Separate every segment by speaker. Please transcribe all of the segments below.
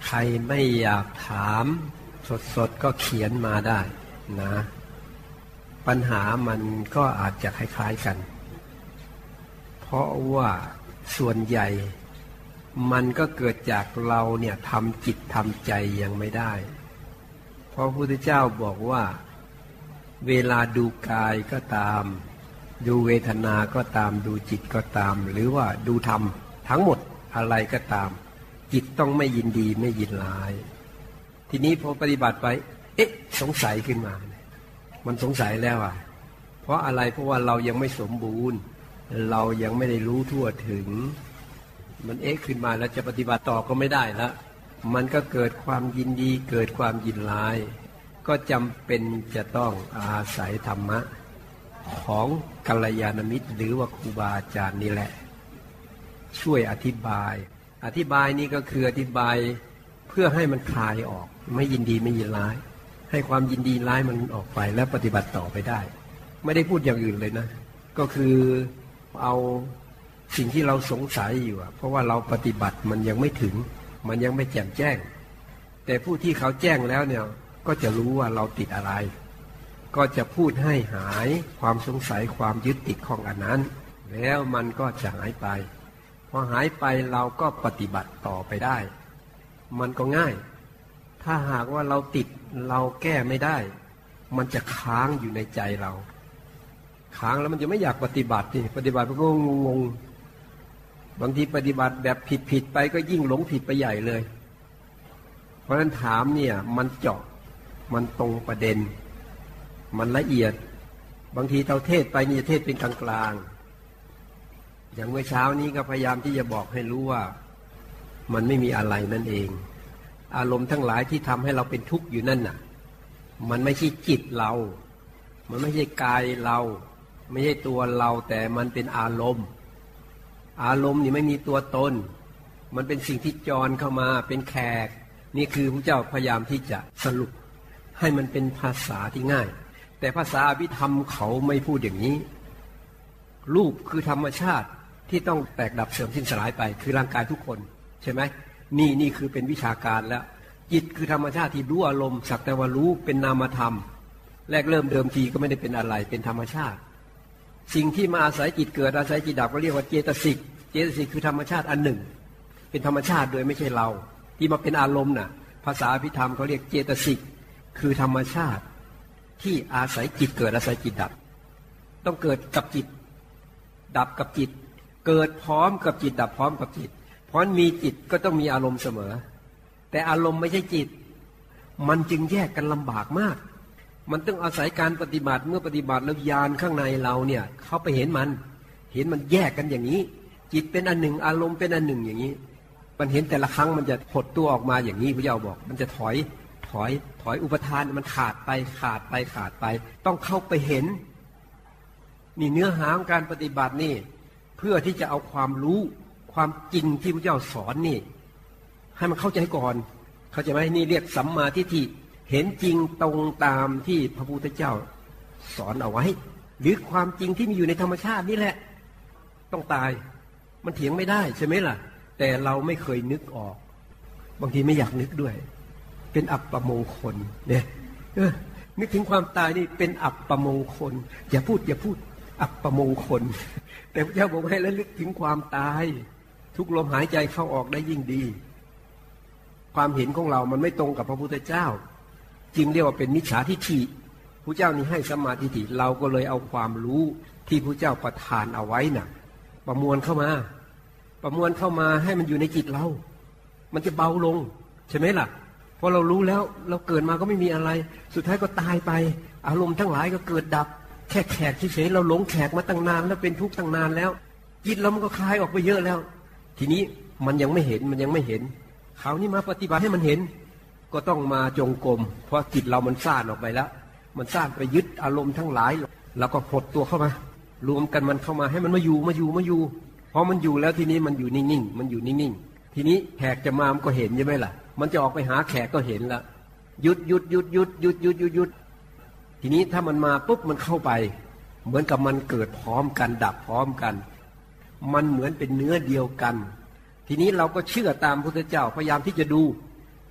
Speaker 1: ใครไม่อยากถามสดๆก็เขียนมาได้นะปัญหามันก็อาจจะคล้ายๆกันเพราะว่าส่วนใหญ่มันก็เกิดจากเราเนี่ยทำจิตทำใจยังไม่ได้เพราะพระพุทธเจ้าบอกว่าเวลาดูกายก็ตามดูเวทนาก็ตามดูจิตก็ตามหรือว่าดูธรรมทั้งหมดอะไรก็ตามจิตต้องไม่ยินดีไม่ยินร้ายทีนี้พอปฏิบัติไปสงสัยขึ้นมามันสงสัยแล้วเพราะอะไรเพราะว่าเรายังไม่สมบูรณ์เรายังไม่ได้รู้ทั่วถึงมันขึ้นมาแล้วจะปฏิบัติต่อก็ไม่ได้แล้วมันก็เกิดความยินดีเกิดความยินร้ายก็จำเป็นจะต้องอาศัยธรรมะของกัลยาณมิตรหรือว่าครูบาอาจารย์นี่แหละช่วยอธิบายนี่ก็คืออธิบายเพื่อให้มันคลายออกไม่ยินดีไม่ยินร้ายให้ความยินดีร้ายมันออกไปแล้วปฏิบัติต่อไปได้ไม่ได้พูดอย่างอื่นเลยนะก็คือเอาสิ่งที่เราสงสัยอยู่เพราะว่าเราปฏิบัติมันยังไม่ถึงมันยังไม่แจ่มแจ้งแต่ผู้ที่เขาแจ้งแล้วเนี่ยก็จะรู้ว่าเราติดอะไรก็จะพูดให้หายความสงสัยความยึดติดของอันนั้นแล้วมันก็จะหายไปพอหายไปเราก็ปฏิบัติต่อไปได้มันก็ง่ายถ้าหากว่าเราติดเราแก้ไม่ได้มันจะค้างอยู่ในใจเราค้างแล้วมันจะไม่อยากปฏิบัตินี่ปฏิบัติมันก็งงบางทีปฏิบัติแบบผิดไปก็ยิ่งหลงผิดไปใหญ่เลยเพราะฉะนั้นถามเนี่ยมันเจาะมันตรงประเด็นมันละเอียดบางทีเราเทศไปนี่จะเทศเป็นกลางๆอย่างเมื่อเช้านี้ก็พยายามที่จะบอกให้รู้ว่ามันไม่มีอะไรนั่นเองอารมณ์ทั้งหลายที่ทำให้เราเป็นทุกข์อยู่นั่นน่ะมันไม่ใช่จิตเรามันไม่ใช่กายเราไม่ใช่ตัวเราแต่มันเป็นอารมณ์นี่ไม่มีตัวตนมันเป็นสิ่งที่จรเข้ามาเป็นแขกนี่คือพระเจ้าพยายามที่จะสรุปให้มันเป็นภาษาที่ง่ายแต่ภาษาอภิธรรมเขาไม่พูดอย่างนี้รูปคือธรรมชาติที่ต้องแตกดับเสื่อมสิ้นสลายไปคือร่างกายทุกคนใช่ไหมนี่คือเป็นวิชาการแล้วจิตคือธรรมชาติที่รู้อารมณ์สักแต่ว่ารู้เป็นนามธรรมแรกเริ่มเดิมทีก็ไม่ได้เป็นอะไรเป็นธรรมชาติสิ่งที่มาอาศัยจิตเกิดอาศัยจิตดับก็เรียกว่าเจตสิกคือธรรมชาติอันหนึ่งเป็นธรรมชาติโดยไม่ใช่เราที่มาเป็นอารมณ์น่ะภาษาอภิธรรมเขาเรียกเจตสิกคือธรรมชาติที่อาศัยจิตเกิดอาศัยจิตดับต้องเกิดกับจิตดับกับจิตเกิดพร้อมกับจิตดับพร้อมกับจิตเพราะมีจิตก็ต้องมีอารมณ์เสมอแต่อารมณ์ไม่ใช่จิตมันจึงแยกกันลำบากมากมันต้องอาศัยการปฏิบัติเมื่อปฏิบัติแล้วญาณข้างในเราเนี่ยเขาไปเห็นมันแยกกันอย่างนี้จิตเป็นอันหนึ่งอารมณ์เป็นอันหนึ่งอย่างนี้มันเห็นแต่ละครั้งมันจะหดตัวออกมาอย่างนี้พระเจ้าบอกมันจะถอยอุปทานมันขาดไปต้องเข้าไปเห็นนี่เนื้อหาของการปฏิบัตินี่เพื่อที่จะเอาความรู้ความจริงที่พระเจ้าสอนนี่ให้มันเข้าใจก่อนเข้าใจไหมนี่เรียกสัมมาทิฏฐิเห็นจริงตรงตามที่พระพุทธเจ้าสอนเอาไว้หรือความจริงที่มีอยู่ในธรรมชาตินี่แหละต้องตายมันเถียงไม่ได้ใช่ไหมล่ะแต่เราไม่เคยนึกออกบางทีไม่อยากนึกด้วยเป็นอัปปมงคลเนี่ยนึกถึงความตายนี่เป็นอัปปมงคลอย่าพูดอัปปมงคลแต่พระเจ้าบอกให้ระลึกถึงความตายทุกลมหายใจเข้าออกได้ยิ่งดีความเห็นของเรามันไม่ตรงกับพระพุทธเจ้าจึงเรียกว่าเป็นมิจฉาทิฏฐิพระเจ้านี่ให้สัมมาทิฏฐิเราก็เลยเอาความรู้ที่พระเจ้าประทานเอาไว้น่ะประมวลเข้ามาให้มันอยู่ในจิตเรามันจะเบาลงใช่ไหมล่ะพอเรารู้แล้วเราเกิดมาก็ไม่มีอะไรสุดท้ายก็ตายไปอารมณ์ทั้งหลายก็เกิดดับแค่แขกเฉยๆเราหลงแขกมาตั้งนานแล้วเป็นทุกข์ตั้งนานแล้วจิตเรามันก็คลายออกไปเยอะแล้วทีนี้มันยังไม่เห็นคราวนี้มาปฏิบัติให้มันเห็นก็ต้องมาจงกรมเพราะจิตเรามันซ่านออกไปแล้วมันซ่านไปยึดอารมณ์ทั้งหลายแล้วก็หดตัวเข้ามารวมกันมันเข้ามาให้มันมาอยู่พอมันอยู่แล้วทีนี้มันอยู่นิ่งทีนี้แขกจะมามันก็เห็นใช่ไหมล่ะมันจะออกไปหาแขกก็เห็นละหยุดทีนี้ถ้ามันมาปุ๊บมันเข้าไปเหมือนกับมันเกิดพร้อมกันดับพร้อมกันมันเหมือนเป็นเนื้อเดียวกันทีนี้เราก็เชื่อตามพุทธเจ้าพยายามที่จะดู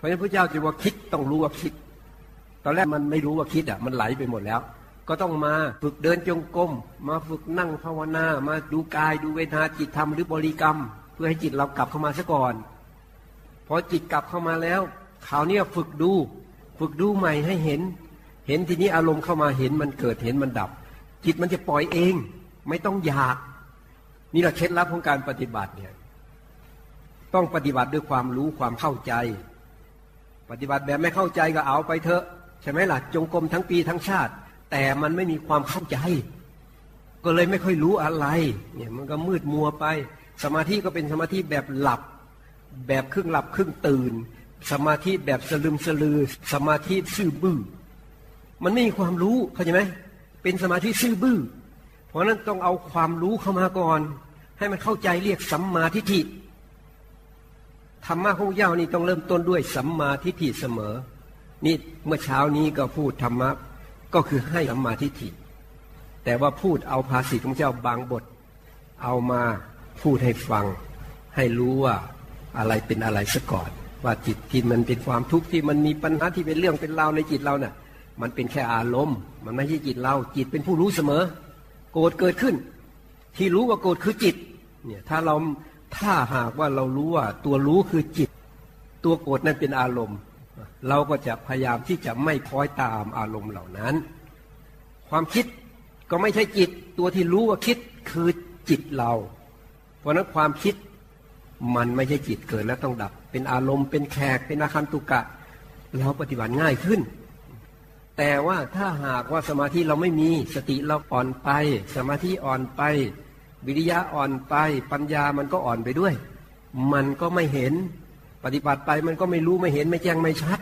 Speaker 1: ราะฉะนั้นพระเจ้าจึงว่าคิดต้องรู้ว่าคิดตอนแรกมันไม่รู้ว่าคิดมันไหลไปหมดแล้วก็ต้องมาฝึกเดินจงกรมมาฝึกนั่งภาวนามาดูกายดูเวทนาจิตธรรมหรือบริกรรมเพื่อให้จิตเรากลับเข้ามาซะก่อนพอจิตกลับเข้ามาแล้วคราวนี้ฝึกดูใหม่ให้เห็นทีนี้อารมณ์เข้ามาเห็นมันเกิดเห็นมันดับจิตมันจะปล่อยเองไม่ต้องอยากนี่แหละเคล็ดลับของการปฏิบัติเนี่ยต้องปฏิบัติด้วยความรู้ความเข้าใจปฏิบัติแบบไม่เข้าใจก็เอาไปเถอะใช่ไหมล่ะจงกรมทั้งปีทั้งชาติแต่มันไม่มีความเข้าใจก็เลยไม่ค่อยรู้อะไรเนี่ยมันก็มืดมัวไปสมาธิก็เป็นสมาธิแบบหลับแบบครึ่งหลับครึ่งตื่นสมาธิแบบสลึมสลือสมาธิซื่อบื้อมันไม่มีความรู้เข้าใจไหมเป็นสมาธิซื่อบื้อเพราะนั้นต้องเอาความรู้เข้ามาก่อนให้มันเข้าใจเรียกสัมมาทิฏฐิธรรมะของพระเจ้านี่ต้องเริ่มต้นด้วยสัมมาทิฏฐิเสมอนี่เมื่อเช้านี้ก็พูดธรรมะก็คือให้สัมมาทิฏฐิแต่ว่าพูดเอาภาษิตของพระเจ้าบางบทเอามาพูดให้ฟังให้รู้ว่าอะไรเป็นอะไรซะก่อนว่าจิตที่มันเป็นความทุกข์ที่มันมีปัญหาที่เป็นเรื่องเป็นราวในจิตเราเนี่ยมันเป็นแค่อารมณ์มันไม่ใช่จิตเราจิตเป็นผู้รู้เสมอโกรธเกิดขึ้นที่รู้ว่าโกรธคือจิตเนี่ยถ้าหากว่าเรารู้ว่าตัวรู้คือจิตตัวโกรธนั้นเป็นอารมณ์เราก็จะพยายามที่จะไม่คล้อยตามอารมณ์เหล่านั้นความคิดก็ไม่ใช่จิตตัวที่รู้ว่าคิดคือจิตเราเพราะนั้นความคิดมันไม่ใช่จิตเกิดแล้วต้องดับเป็นอารมณ์เป็นแขกเป็นอาคันตุกะเราปฏิบัติง่ายขึ้นแต่ว่าถ้าหากว่าสมาธิเราไม่มีสติเราอ่อนไปสมาธิอ่อนไปวิริยะอ่อนไปปัญญามันก็อ่อนไปด้วยมันก็ไม่เห็นปฏิบัติไปมันก็ไม่รู้ไม่เห็นไม่แจ้งไม่ชัด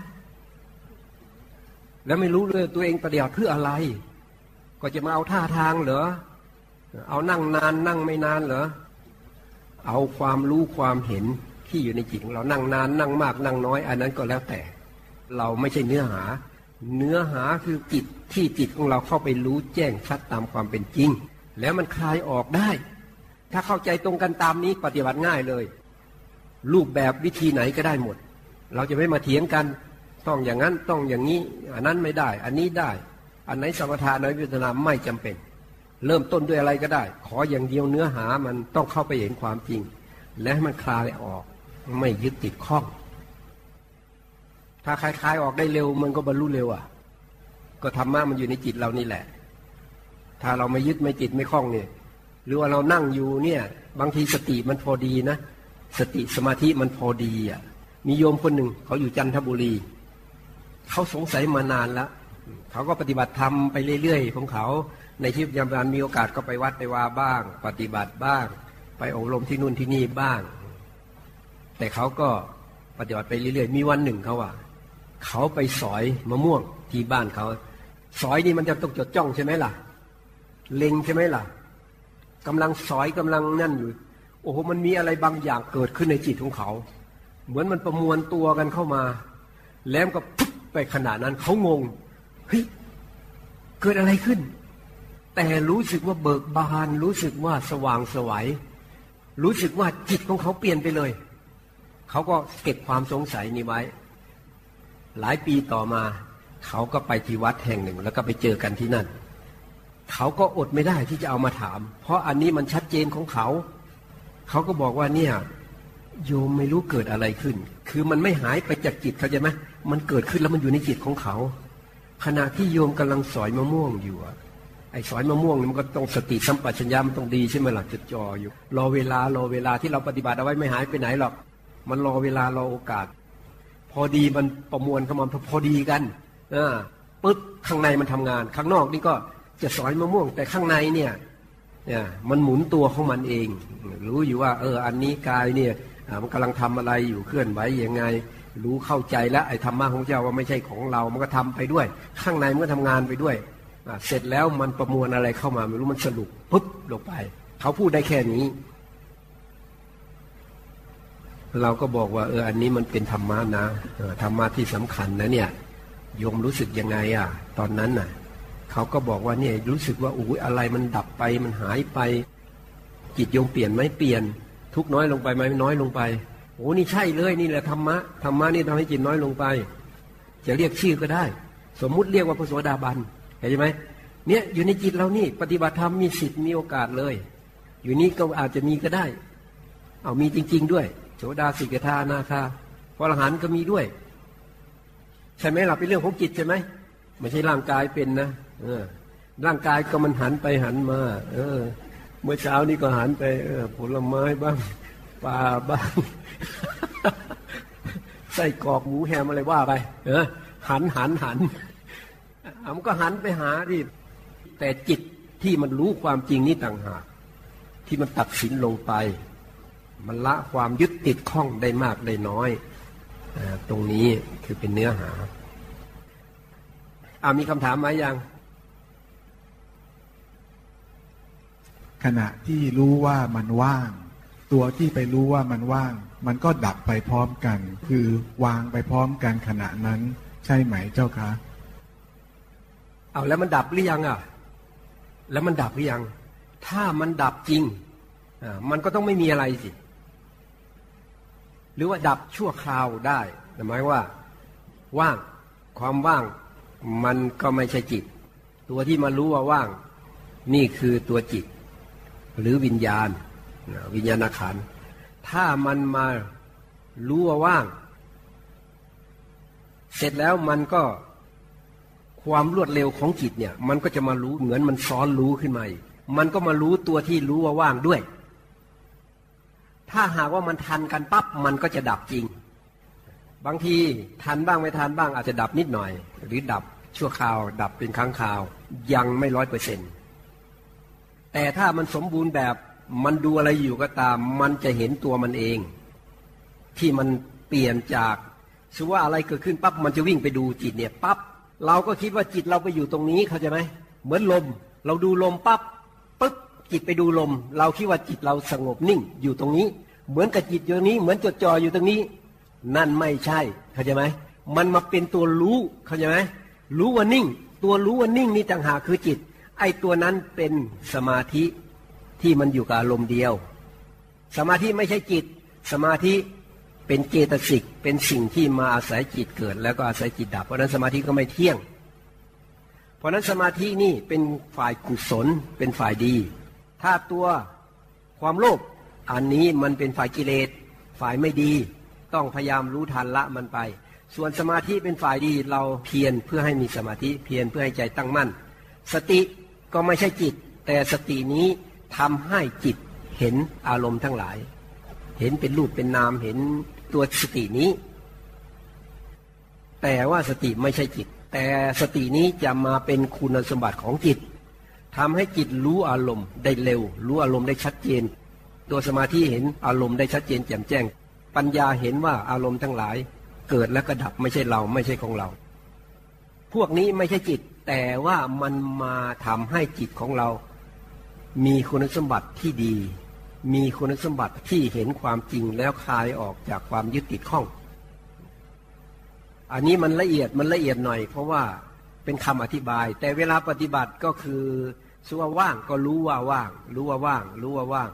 Speaker 1: แล้วไม่รู้เลยตัวเองปฏิบัติเพื่ออะไรก็จะมาเอาท่าทางเหรอเอานั่งนานนั่งไม่นานเหรอเอาความรู้ความเห็นที่อยู่ในจิตของเรานั่งนานนั่งมากนั่งน้อยอันนั้นก็แล้วแต่เราไม่ใช่เนื้อหาคือจิตที่จิตของเราเข้าไปรู้แจ้งชัดตามความเป็นจริงแล้วมันคลายออกได้ถ้าเข้าใจตรงกันตามนี้ปฏิบัติง่ายเลยรูปแบบวิธีไหนก็ได้หมดเราจะไม่มาเถียงกันต้องอย่างนั้นต้องอย่างนี้อันนั้นไม่ได้อันนี้ได้อันไหนสมถะไหนวิปัสสนาไม่จำเป็นเริ่มต้นด้วยอะไรก็ได้ขออย่างเดียวเนื้อหามันต้องเข้าไปเห็นความจริงและให้มันคลายออกไม่ยึดติดข้องถ้าคลายออกได้เร็วมันก็บรรลุเร็วก็ธรรมะมันอยู่ในจิตเรานี่แหละถ้าเราไม่ยึดไม่ติดไม่คล้องเนี่ยหรือว่าเรานั่งอยู่เนี่ยบางทีสติมันพอดีนะสติสมาธิมันพอดีมีโยมคนหนึ่งเขาอยู่จันทบุรีเขาสงสัยมานานแล้วเขาก็ปฏิบัติธรรมไปเรื่อยๆของเขาในชีวิตประจำวันมีโอกาสก็ไปวัดไปวาบ้างปฏิบัติบ้างไปอบรมที่นู่นที่นี่บ้างแต่เขาก็ปฏิบัติไปเรื่อยๆมีวันหนึ่งเขาไปสอยมะม่วงที่บ้านเขาสอยนี่มันจะต้องจดจ้องใช่ไหมล่ะเล็งใช่ไหมล่ะกำลังสอยกำลังนั่นอยู่โอ้โหมันมีอะไรบางอย่างเกิดขึ้นในจิตของเขาเหมือนมันประมวลตัวกันเข้ามาแล้วก็ปุ๊บไปขนาดนั้นเขางงเฮ้ยเกิดอะไรขึ้นแต่รู้สึกว่าเบิกบานรู้สึกว่าสว่างไสวรู้สึกว่าจิตของเขาเปลี่ยนไปเลยเขาก็เก็บความสงสัยนี้ไว้หลายปีต่อมาเขาก็ไปที่วัดแห่งหนึ่งแล้วก็ไปเจอกันที่นั่นเขาก็อดไม่ได้ที่จะเอามาถามเพราะอันนี้มันชัดเจนของเขาเขาก็บอกว่าเนี่ยโยมไม่รู้เกิดอะไรขึ้นคือมันไม่หายไปจากจิตเขาใช่ไหมมันเกิดขึ้นแล้วมันอยู่ในจิตของเขาขณะที่โยมกำลังสอยมะม่วงอยู่ไอ้สอยมะม่วงมันก็ต้องสติสัมปชัญญะมันต้องดีใช่ไหมล่ะจดจ่ออยู่รอเวลาที่เราปฏิบัติเอาไว้ไม่หายไปไหนหรอกมันรอเวลารอโอกาสพอดีมันประมวลเข้ามาพอดีกันปึ๊บข้างในมันทำงานข้างนอกนี่ก็จะสอยมะม่วงแต่ข้างในเนี่ยมันหมุนตัวของมันเองรู้อยู่ว่าอันนี้กายเนี่ยมันกำลังทำอะไรอยู่เคลื่อนไหวยังไงรู้เข้าใจแล้วไอ้ธรรมะของเจ้าว่าไม่ใช่ของเรามันก็ทำไปด้วยข้างในมันก็ทำงานไปด้วยเสร็จแล้วมันประมวลอะไรเข้ามาไม่รู้มันสรุปปุ๊บลงไปเขาพูดได้แค่นี้เราก็บอกว่าอันนี้มันเป็นธรรมะนะธรรมะที่สำคัญนะเนี่ยโยมรู้สึกยังไงตอนนั้นเขาก็บอกว่าเนี่ยรู้สึกว่าอะไรมันดับไปมันหายไปจิตโยมเปลี่ยนไหมเปลี่ยนทุกน้อยลงไปไหมน้อยลงไปโอ้นี่ใช่เลยนี่แหละธรรมะธรรมะนี่ทำให้จิตน้อยลงไปจะเรียกชื่อก็ได้สมมุติเรียกว่าพระโสดาบันเห็นไหมเนี่ยอยู่ในจิตเรานี่ปฏิบัติธรรมมีสิทธิ์มีโอกาสเลยอยู่นี้ก็อาจจะมีก็ได้เอามีจริงๆด้วยโสดาสิกขาอนาคาพระอรหันต์ก็มีด้วยใช่ไหมล่ะเป็นเรื่องของจิตใช่ไหมไม่ใช่ร่างกายเป็นนะร่างกายก็มันหันไปหันมาเมื่อเช้านี้ก็หันไปผลไม้บ้างปลาบ้างไส้กรอกหมูแฮมอะไรว่าไปหันมันก็หันไปหาที่แต่จิตที่มันรู้ความจริงนี่ต่างหากที่มันตัดสินลงไปมันละความยึดติดข้องได้มากได้น้อยตรงนี้คือเป็นเนื้อหามีคำถามไหมยัง
Speaker 2: ขณะที่รู้ว่ามันว่างตัวที่ไปรู้ว่ามันว่างมันก็ดับไปพร้อมกันคือวางไปพร้อมกันขณะนั้นใช่ไหมเจ้าคะ
Speaker 1: แล้วมันดับหรือยังแล้วมันดับหรือยังถ้ามันดับจริงมันก็ต้องไม่มีอะไรสิหรือว่าดับชั่วคราวได้หมายว่าว่างความว่างมันก็ไม่ใช่จิตตัวที่มารู้ว่าว่างนี่คือตัวจิตหรือวิญญาณขันธ์ถ้ามันมารู้ว่าว่างเสร็จแล้วมันก็ความรวดเร็วของจิตเนี่ยมันก็จะมารู้เหมือนมันซ้อนรู้ขึ้นมาอีกมันก็มารู้ตัวที่รู้ว่าว่างด้วยถ้าหากว่ามันทันกันปั๊บมันก็จะดับจริงบางทีทันบ้างไม่ทันบ้างอาจจะดับนิดหน่อยหรือดับชั่วคราวดับเป็นครั้งคราวยังไม่100%แต่ถ้ามันสมบูรณ์แบบมันดูอะไรอยู่ก็ตามมันจะเห็นตัวมันเองที่มันเปลี่ยนจากสมมุติว่าอะไรเกิดขึ้นปั๊บมันจะวิ่งไปดูจิตเนี่ยปั๊บเราก็คิดว่าจิตเราไปอยู่ตรงนี้เข้าใจไหมเหมือนลมเราดูลมปั๊บปึ๊บจิตไปดูลมเราคิดว่าจิตเราสงบนิ่งอยู่ตรงนี้เหมือนกับจิตอยู่นี้เหมือนจดจ่ออยู่ตรงนี้นั่นไม่ใช่เข้าใจไหมมันมาเป็นตัวรู้เข้าใจไหมรู้ว่านิ่งตัวรู้ว่านิ่งนี่ต่างหากคือจิตไอ้ตัวนั้นเป็นสมาธิที่มันอยู่กับอารมณ์เดียวสมาธิไม่ใช่จิตสมาธิเป็นเจตสิกเป็นสิ่งที่มาอาศัยจิตเกิดแล้วก็อาศัยจิตดับเพราะนั้นสมาธิก็ไม่เที่ยงเพราะนั้นสมาธินี่เป็นฝ่ายกุศลเป็นฝ่ายดีถ้าตัวความโลภอันนี้มันเป็นฝ่ายกิเลสฝ่ายไม่ดีต้องพยายามรู้ทันละมันไปส่วนสมาธิเป็นฝ่ายดีเราเพียรเพื่อให้มีสมาธิเพียรเพื่อให้ใจตั้งมั่นสติก็ไม่ใช่จิตแต่สตินี้ทำให้จิตเห็นอารมณ์ทั้งหลายเห็นเป็นรูปเป็นนามเห็นตัวสตินี้แต่ว่าสติไม่ใช่จิตแต่สตินี้จะมาเป็นคุณสมบัติของจิตทำให้จิตรู้อารมณ์ได้เร็วรู้อารมณ์ได้ชัดเจนตัวสมาธิเห็นอารมณ์ได้ชัดเจนแจ่มแจ้งปัญญาเห็นว่าอารมณ์ทั้งหลายเกิดแล้วก็ดับไม่ใช่เราไม่ใช่ของเราพวกนี้ไม่ใช่จิตแต่ว่ามันมาทำให้จิตของเรามีคุณสมบัติที่ดีมีคุณสมบัติที่เห็นความจริงแล้วคลายออกจากความยึดติดข้องอันนี้มันละเอียดหน่อยเพราะว่าเป็นคำอธิบายแต่เวลาปฏิบัติก็คือสัวว่างก็รู้ว่าว่างรู้ว่าว่างรู้ว่าว่าง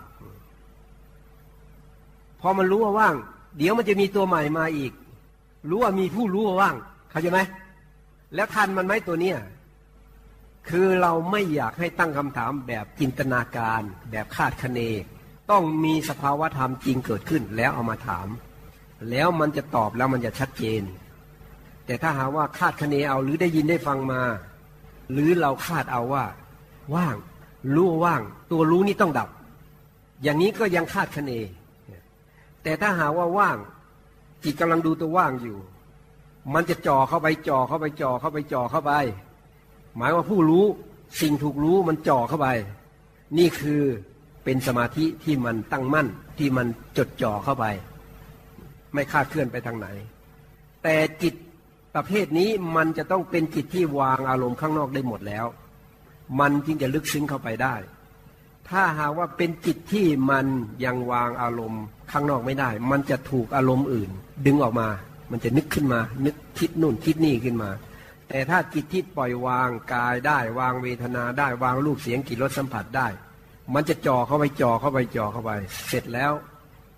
Speaker 1: พอมันรู้ว่าว่างเดี๋ยวมันจะมีตัวใหม่มาอีกรู้ว่ามีผู้รู้ว่าว่างเข้าใจไหมแล้วทันมันไหมตัวเนี้ยคือเราไม่อยากให้ตั้งคำถามแบบจินตนาการแบบคาดคะเนต้องมีสภาวะธรรมจริงเกิดขึ้นแล้วเอามาถามแล้วมันจะตอบแล้วมันจะชัดเจนแต่ถ้าหาว่าคาดคะเนเอาหรือได้ยินได้ฟังมาหรือเราคาดเอาว่าว่างรู้ว่างตัวรู้นี่ต้องดับอย่างนี้ก็ยังคาดคะเนแต่ถ้าหาว่าว่างจิตกำลังดูตัวว่างอยู่มันจะจ่อเข้าไปจ่อเข้าไปจ่อเข้าไปจ่อเข้าไปหมายว่าผู้รู้สิ่งถูกรู้มันจ่อเข้าไปนี่คือเป็นสมาธิที่มันตั้งมั่นที่มันจดจ่อเข้าไปไม่คลาดเคลื่อนไปทางไหนแต่จิตประเภทนี้มันจะต้องเป็นจิตที่วางอารมณ์ข้างนอกได้หมดแล้วมันจึงจะลึกซึ้งเข้าไปได้ถ้าหากว่าเป็นจิตที่มันยังวางอารมณ์ข้างนอกไม่ได้มันจะถูกอารมณ์อื่นดึงออกมามันจะนึกขึ้นมานึกคิดนู่นคิดนี่ขึ้นมาแต่ถ้าจิตที่ปล่อยวางกายได้วางเวทนาได้วางรูปเสียงกลิ่นรสสัมผัสได้มันจะจ่อเข้าไปจ่อเข้าไปจ่อเข้าไปเสร็จแล้ว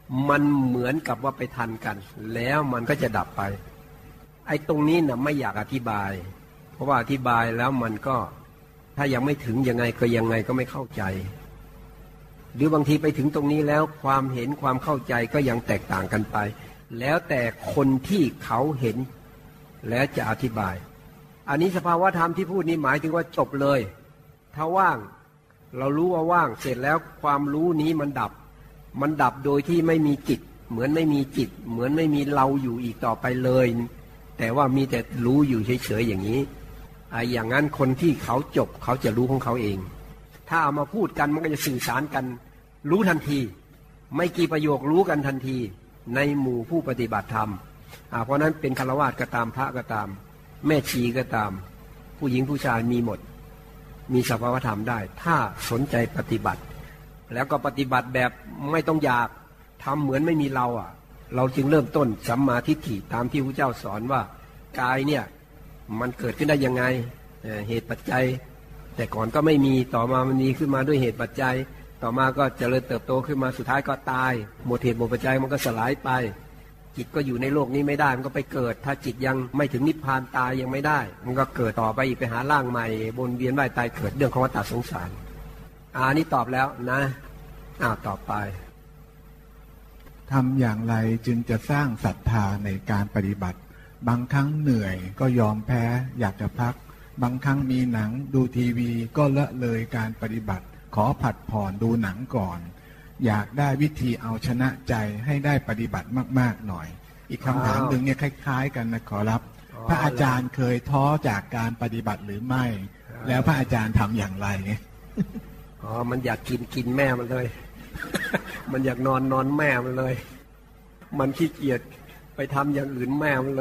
Speaker 1: มันเหมือนกับว่าไปทันกันแล้วมันก็จะดับไปไอ้ตรงนี้นะไม่อยากอธิบายเพราะว่าอธิบายแล้วมันก็ถ้ายังไม่ถึงยังไงก็ไม่เข้าใจหรือบางทีไปถึงตรงนี้แล้วความเห็นความเข้าใจก็ยังแตกต่างกันไปแล้วแต่คนที่เขาเห็นแล้วจะอธิบายอันนี้สภาวะธรรมที่พูดนี้หมายถึงว่าจบเลยถ้าว่างเรารู้ว่าว่างเสร็จแล้วความรู้นี้มันดับโดยที่ไม่มีจิตเหมือนไม่มีจิตเหมือนไม่มีเราอยู่อีกต่อไปเลยแต่ว่ามีแต่รู้อยู่เฉยๆอย่างนี้อย่างนั้นคนที่เขาจบเขาจะรู้ของเขาเองถ้าเอามาพูดกันมันก็จะสื่อสารกันรู้ทันทีไม่กี่ประโยครู้กันทันทีในหมู่ผู้ปฏิบัติธรรมเพราะนั้นเป็นฆราวาสก็ตามพระก็ตามแม่ชีก็ตามผู้หญิงผู้ชายมีหมดมีสภาวธรรมได้ถ้าสนใจปฏิบัติแล้วก็ปฏิบัติแบบไม่ต้องอยากทำเหมือนไม่มีเราเราจึงเริ่มต้นสัมมาทิฏฐิตามที่พระเจ้าสอนว่ากายเนี่ยมันเกิดขึ้นได้ยังไงเหตุปัจจัยแต่ก่อนก็ไม่มีต่อมามันมีขึ้นมาด้วยเหตุปัจจัยต่อมาก็เจริญเติบโตขึ้นมาสุดท้ายก็ตายหมดเหตุหมดปัจจัยมันก็สลายไปจิตก็อยู่ในโลกนี้ไม่ได้มันก็ไปเกิดถ้าจิตยังไม่ถึงนิพพานตายยังไม่ได้มันก็เกิดต่อไปอีกไปหาร่างใหม่วนเวียนว่ายตายเกิดเรื่องของวัฏสงสารนี่ตอบแล้วนะต่อไป
Speaker 2: ทำอย่างไรจึงจะสร้างศรัทธาในการปฏิบัติบางครั้งเหนื่อยก็ยอมแพ้อยากจะพักบางครั้งมีหนังดูทีวีก็ละเลยการปฏิบัติขอผัดผ่อนดูหนังก่อนอยากได้วิธีเอาชนะใจให้ได้ปฏิบัติมากๆหน่อยอีกคำถามหนึ่งเนี่ยคล้ายๆกันนะขอรับพระอาจารย์เคยท้อจากการปฏิบัติหรือไม่แล้วพระอาจารย์ทำอย่างไร
Speaker 1: มันอยากกินแม่มันเลย มันอยากนอนแม่มันเลยมันขี้เกียจไปทำอย่างอื่นแม่มันเลย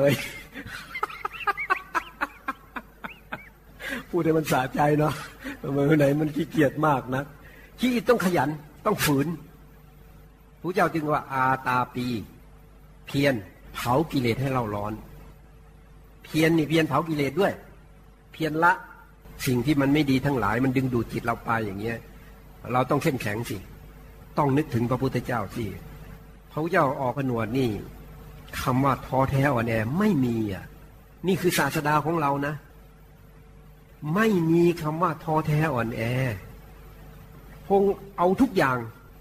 Speaker 1: พูดให้มันสะใจเนาะเมื่อไหนมันขี้เกียจมากนะขี้ต้องขยันต้องฝืนพระเจ้าจึงว่าอาตาปีเพียรเผากิเลสให้เราร้อนเพียรนี่เพียรเผากิเลสด้วยเพียรละสิ่งที่มันไม่ดีทั้งหลายมันดึงดูดจิตเราไปอย่างเงี้ยเราต้องเข้มแข็งสิต้องนึกถึงพระพุทธเจ้าสิพระพุทธเจ้าออกผนวดนี่คำว่าท้อแท้อ่อนแอไม่มีนี่คือศาสดาของเรานะไม่มีคำว่าท้อแท้อ่อนแอพงเอาทุกอย่าง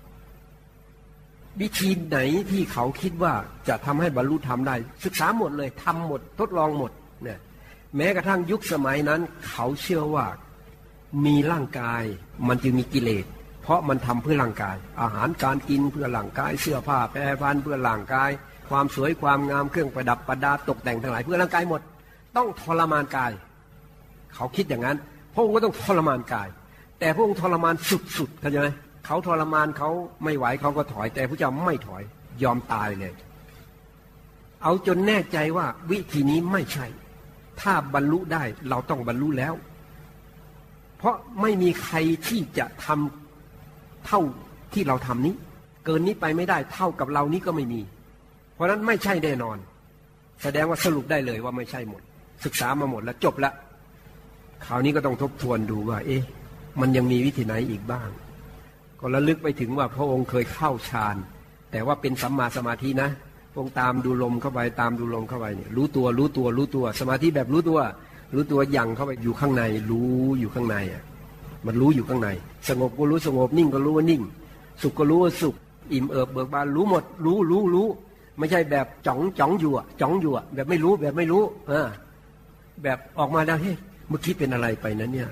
Speaker 1: วิธีไหนที่เขาคิดว่าจะทำให้บรรลุธรรมได้ศึกษาหมดเลยทำหมดทดลองหมดเนี่ยแม้กระทั่งยุคสมัยนั้นเขาเชื่อว่ามีร่างกายมันจึงมีกิเลสเพราะมันทำเพื่อร่างกายอาหารการกินเพื่อร่างกายเสื้อผ้าแปรพันเพื่อร่างกายความสวยความงามเครื่องประดับประดาตกแต่งทั้งหลายเพื่อร่างกายหมดต้องทรมานกายเขาคิดอย่างนั้นพระองค์ก็ต้องทรมานกายแต่พระองค์ทรมานสุดๆเข้าใจไหมเขาทรมานเขาไม่ไหวเขาก็ถอยแต่พระเจ้าไม่ถอยยอมตายเลยเอาจนแน่ใจว่าวิธีนี้ไม่ใช่ถ้าบรรลุได้เราต้องบรรลุแล้วเพราะไม่มีใครที่จะทำเท่าที่เราทำนี้เกินนี้ไปไม่ได้เท่ากับเรานี้ก็ไม่มีเพราะนั้นไม่ใช่แน่นอนแสดงว่าสรุปได้เลยว่าไม่ใช่หมดศึกษามาหมดแล้วจบแล้วคราวนี้ก็ต้องทบทวนดูว่ามันยังมีวิธีไหนอีกบ้างก็ระลึกไปถึงว่าพระองค์เคยเข้าฌานแต่ว่าเป็นสัมมาสมาธินะพระองค์ตามดูลมเข้าไปตามดูลมเข้าไปเนี่ยรู้ตัวสมาธิแบบรู้ตัวยังเข้าไปอยู่ข้างในรู้อยู่ข้างในมันรู้อยู่ข้างในสงบก็รู้สงบนิ่งก็รู้ว่านิ่งสุขก็รู้ว่าสุขอิ่มเอิบเบิกบานรู้หมดรู้ไม่ใช่แบบจ้องอยู่แบบไม่รู้แบบออกมาแล้วเมื่อกี้เป็นอะไรไปนั้นเนี่ย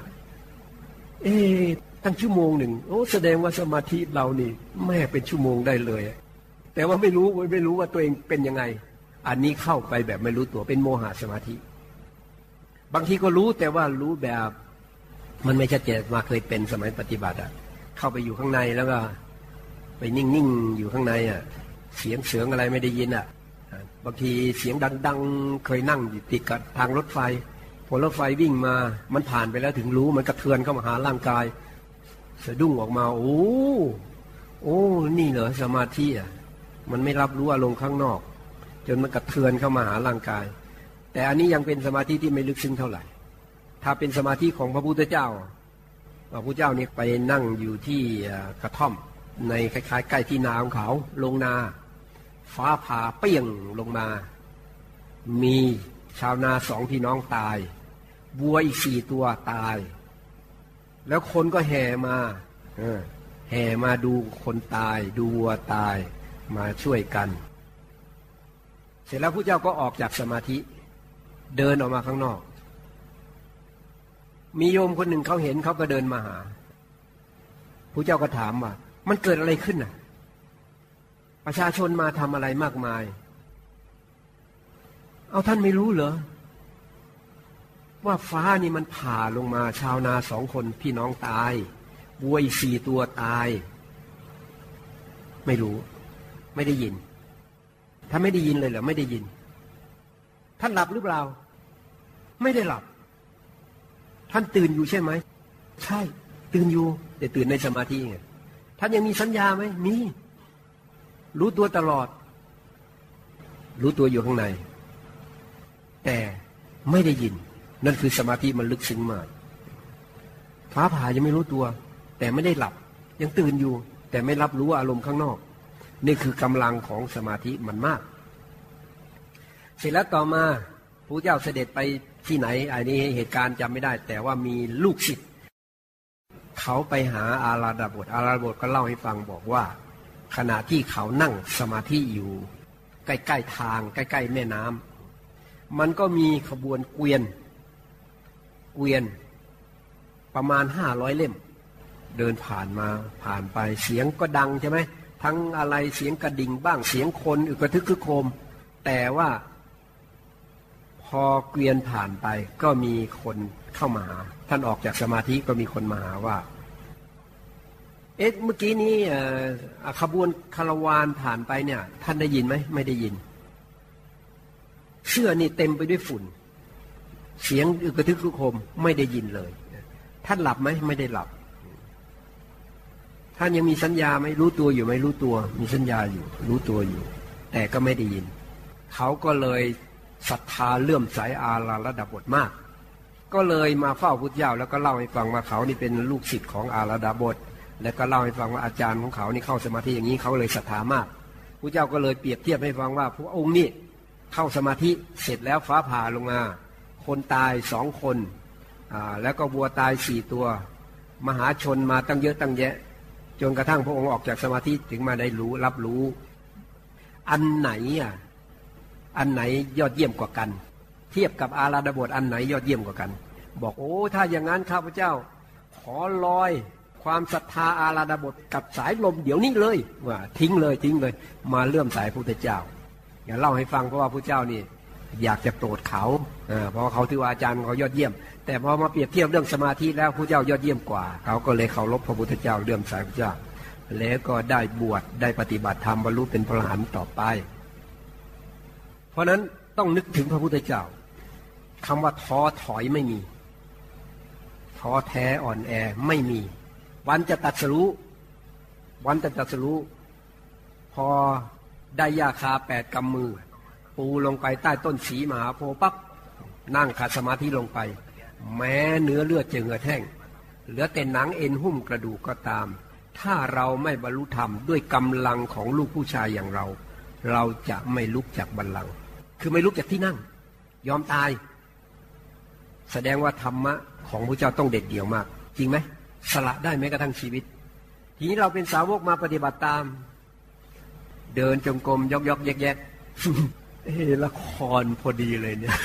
Speaker 1: ตั้งชั่วโมงหนึ่งแสดงว่าสมาธิเรานี่แม่เป็นชั่วโมงได้เลยแต่ว่าไม่รู้ว่าตัวเองเป็นยังไงอันนี้เข้าไปแบบไม่รู้ตัวเป็นโมหะสมาธิบางทีก็รู้แต่ว่ารู้แบบมันไม่ชัดเจนมาเคยเป็นสมัยปฏิบัติเข้าไปอยู่ข้างในแล้วก็ไปนิ่งอยู่ข้างในเสียงเสืองอะไรไม่ได้ยินบางทีเสียงดังๆเคยนั่งอยู่ติดกับทางรถไฟพอรถไฟวิ่งมามันผ่านไปแล้วถึงรู้มันกระเทือนเข้ามาหาร่างกายสะดุ้งออกมาโอ้นี่เหรอสมาธิมันไม่รับรู้อารมณ์ข้างนอกจนมันกระเทือนเข้ามาหาร่างกายแต่อันนี้ยังเป็นสมาธิที่ไม่ลึกซึ้งเท่าไหร่ถ้าเป็นสมาธิของพระพุทธเจ้าพระพุทธเจ้านี่ไปนั่งอยู่ที่กระท่อมในคล้ายๆใกล้ที่นาของเขาลงนาฟ้าผ่าเปี้ยงลงมามีชาวนา2 พี่น้องตายวัวอีก4 ตัวตายแล้วคนก็แห่มาดูคนตายดูวัวตายมาช่วยกันเสร็จแล้วพระเจ้าก็ออกจากสมาธิเดินออกมาข้างนอกมีโยมคนหนึ่งเขาเห็นเขาก็เดินมาหาพระเจ้าก็ถามว่ามันเกิดอะไรขึ้นน่ะประชาชนมาทำอะไรมากมายเอาท่านไม่รู้เหรอว่าฟ้านี่มันผ่าลงมาชาวนา2 คนพี่น้องตายวัวอีก4 ตัวตายไม่รู้ไม่ได้ยินถ้าไม่ได้ยินเลยเหรอไม่ได้ยินท่านหลับหรือเปล่าไม่ได้หลับท่านตื่นอยู่ใช่ไหมใช่ตื่นอยู่แต่ตื่นในสมาธิไงท่านยังมีสัญญาไหมมีรู้ตัวตลอดรู้ตัวอยู่ข้างในแต่ไม่ได้ยินนั่นคือสมาธิมันลึกซึ้งมากฟ้าผ่ายังไม่รู้ตัวแต่ไม่ได้หลับยังตื่นอยู่แต่ไม่รับรู้อารมณ์ข้างนอกนี่คือกำลังของสมาธิมันมากเสร็จแล้วต่อมาพระเจ้าเสด็จไปที่ไหนอันนี้เหตุการณ์จำไม่ได้แต่ว่ามีลูกศิษย์เขาไปหาอาราดาบทก็เล่าให้ฟังบอกว่าขณะที่เขานั่งสมาธิอยู่ใกล้ๆทางใกล้ๆแม่น้ำมันก็มีขบวนเกวียนประมาณ500 เล่มเดินผ่านไปเสียงก็ดังใช่ไหมทั้งอะไรเสียงกระดิ่งบ้างเสียงคนอึกกระทึกคึกโครมแต่ว่าพอเกวียนผ่านไปก็มีคนเข้ามาหาท่านออกจากสมาธิก็มีคนมาหาว่าเมื่อกี้นี้ขบวนคาราวานผ่านไปเนี่ยท่านได้ยินไหมไม่ได้ยินเสื้อนี่เต็มไปด้วยฝุ่นเสียงอึกกระทึกคึกโครมไม่ได้ยินเลยท่านหลับไหมไม่ได้หลับท่านยังมีสัญญาไหมรู้ตัวอยู่ไหมรู้ตัวมีสัญญาอยู่รู้ตัวอยู่แต่ก็ไม่ได้ยินเขาก็เลยศรัทธาเลื่อมใสอาราดาบทมากก็เลยมาเฝ้าพุทธเจ้าแล้วก็เล่าให้ฟังว่าเขานี่เป็นลูกศิษย์ของอาราดาบทแล้วก็เล่าให้ฟังว่าอาจารย์ของเขานี่เข้าสมาธิอย่างนี้เขาเลยศรัทธามากพุทธเจ้าก็เลยเปรียบเทียบให้ฟังว่าพระองค์นี่เข้าสมาธิเสร็จแล้วฟ้าผ่าลงมาคนตาย2 คนแล้วก็วัวตาย4 ตัวมหาชนมาตั้งเยอะตั้งแยะจนกระทั่งพระองค์ออกจากสมาธิถึงมาได้รู้รับรู้อันไหนยอดเยี่ยมกว่ากันเทียบกับอาราดาบทอันไหนยอดเยี่ยมกว่ากันบอกโอ้ถ้าอย่างนั้นข้าพเจ้าขอลอยความศรัทธาอาราดาบทกับสายลมเดี๋ยวนี้เลยว่าทิ้งเลยมาเลื่อมสายพระพุทธเจ้าอย่าเล่าให้ฟังเพราะว่าพระเจ้านี่อยากจะโปรดเขาเพราะเขาถือว่าอาจารย์เขายอดเยี่ยมแต่พอมาเปรียบเทียบเรื่องสมาธิแล้วพระเจ้ายอดเยี่ยมกว่าเขาก็เลยเคารพพระพุทธเจ้าเลื่อมสายพระเจ้าแล้วก็ได้บวชได้ปฏิบัติธรรมบรรลุเป็นพระอรหันต์ต่อไปเพราะนั้นต้องนึกถึงพระพุทธเจ้าคำว่าท้อถอยไม่มีท้อแท้อ่อนแอไม่มีวันจะตรัสรู้พอได้ยาคา8 กำมือปูลงไปใต้ต้นสีมหาโพธิ์ปั๊บนั่งขัดสมาธิลงไปแม้เนื้อเลือดจะเหือดแห้งเหลือแต่หนังเอ็นหุ้มกระดูกก็ตามถ้าเราไม่บรรลุธรรมด้วยกำลังของลูกผู้ชายอย่างเราจะไม่ลุกจากบัลลังก์คือไม่ลุกจากที่นั่งยอมตายแสดงว่าธรรมะของพระเจ้าต้องเด็ดเดี่ยวมากจริงไหมสละได้แม้กระทั่งชีวิตทีนี้เราเป็นสาวกมาปฏิบัติตามเดินจงกรมยกแยกละครพอดีเลยเนี่ย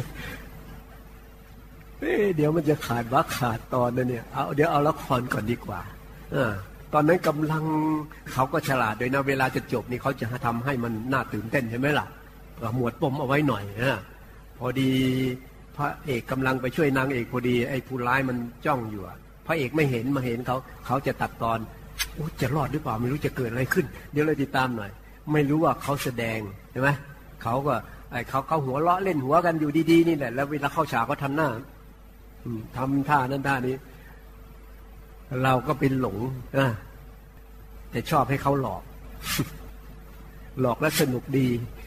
Speaker 1: เดี๋ยวมันจะขาดว่าขาดตอนนะเนี่ยเดี๋ยวเอาละครก่อนดีกว่าตอนนั้นกำลังเขาก็ฉลาดโดยนะเวลาจะจบนี่เขาจะทำให้มันน่าตื่นเต้นใช่ไหมล่ะหมวดปมเอาไว้หน่อยพอดีพระเอกกำลังไปช่วยนางเอกพอดีไอ้ผู้ร้ายมันจ้องอยู่พระเอกไม่เห็นมาเห็นเขาจะตัดตอนจะรอดหรือเปล่าไม่รู้จะเกิดอะไรขึ้นเดี๋ยวเราติดตามหน่อยไม่รู้ว่าเขาแสดงใช่ไหมเขาก็เขาหัวเราะเล่นหัวกันอยู่ดีๆนี่แหละแล้วเวลาเข้าฉากก็ทำหน้าทำท่านั้นท่านี้เราก็เป็นหลงแต่ชอบให้เขาหลอกแล้วสนุกดี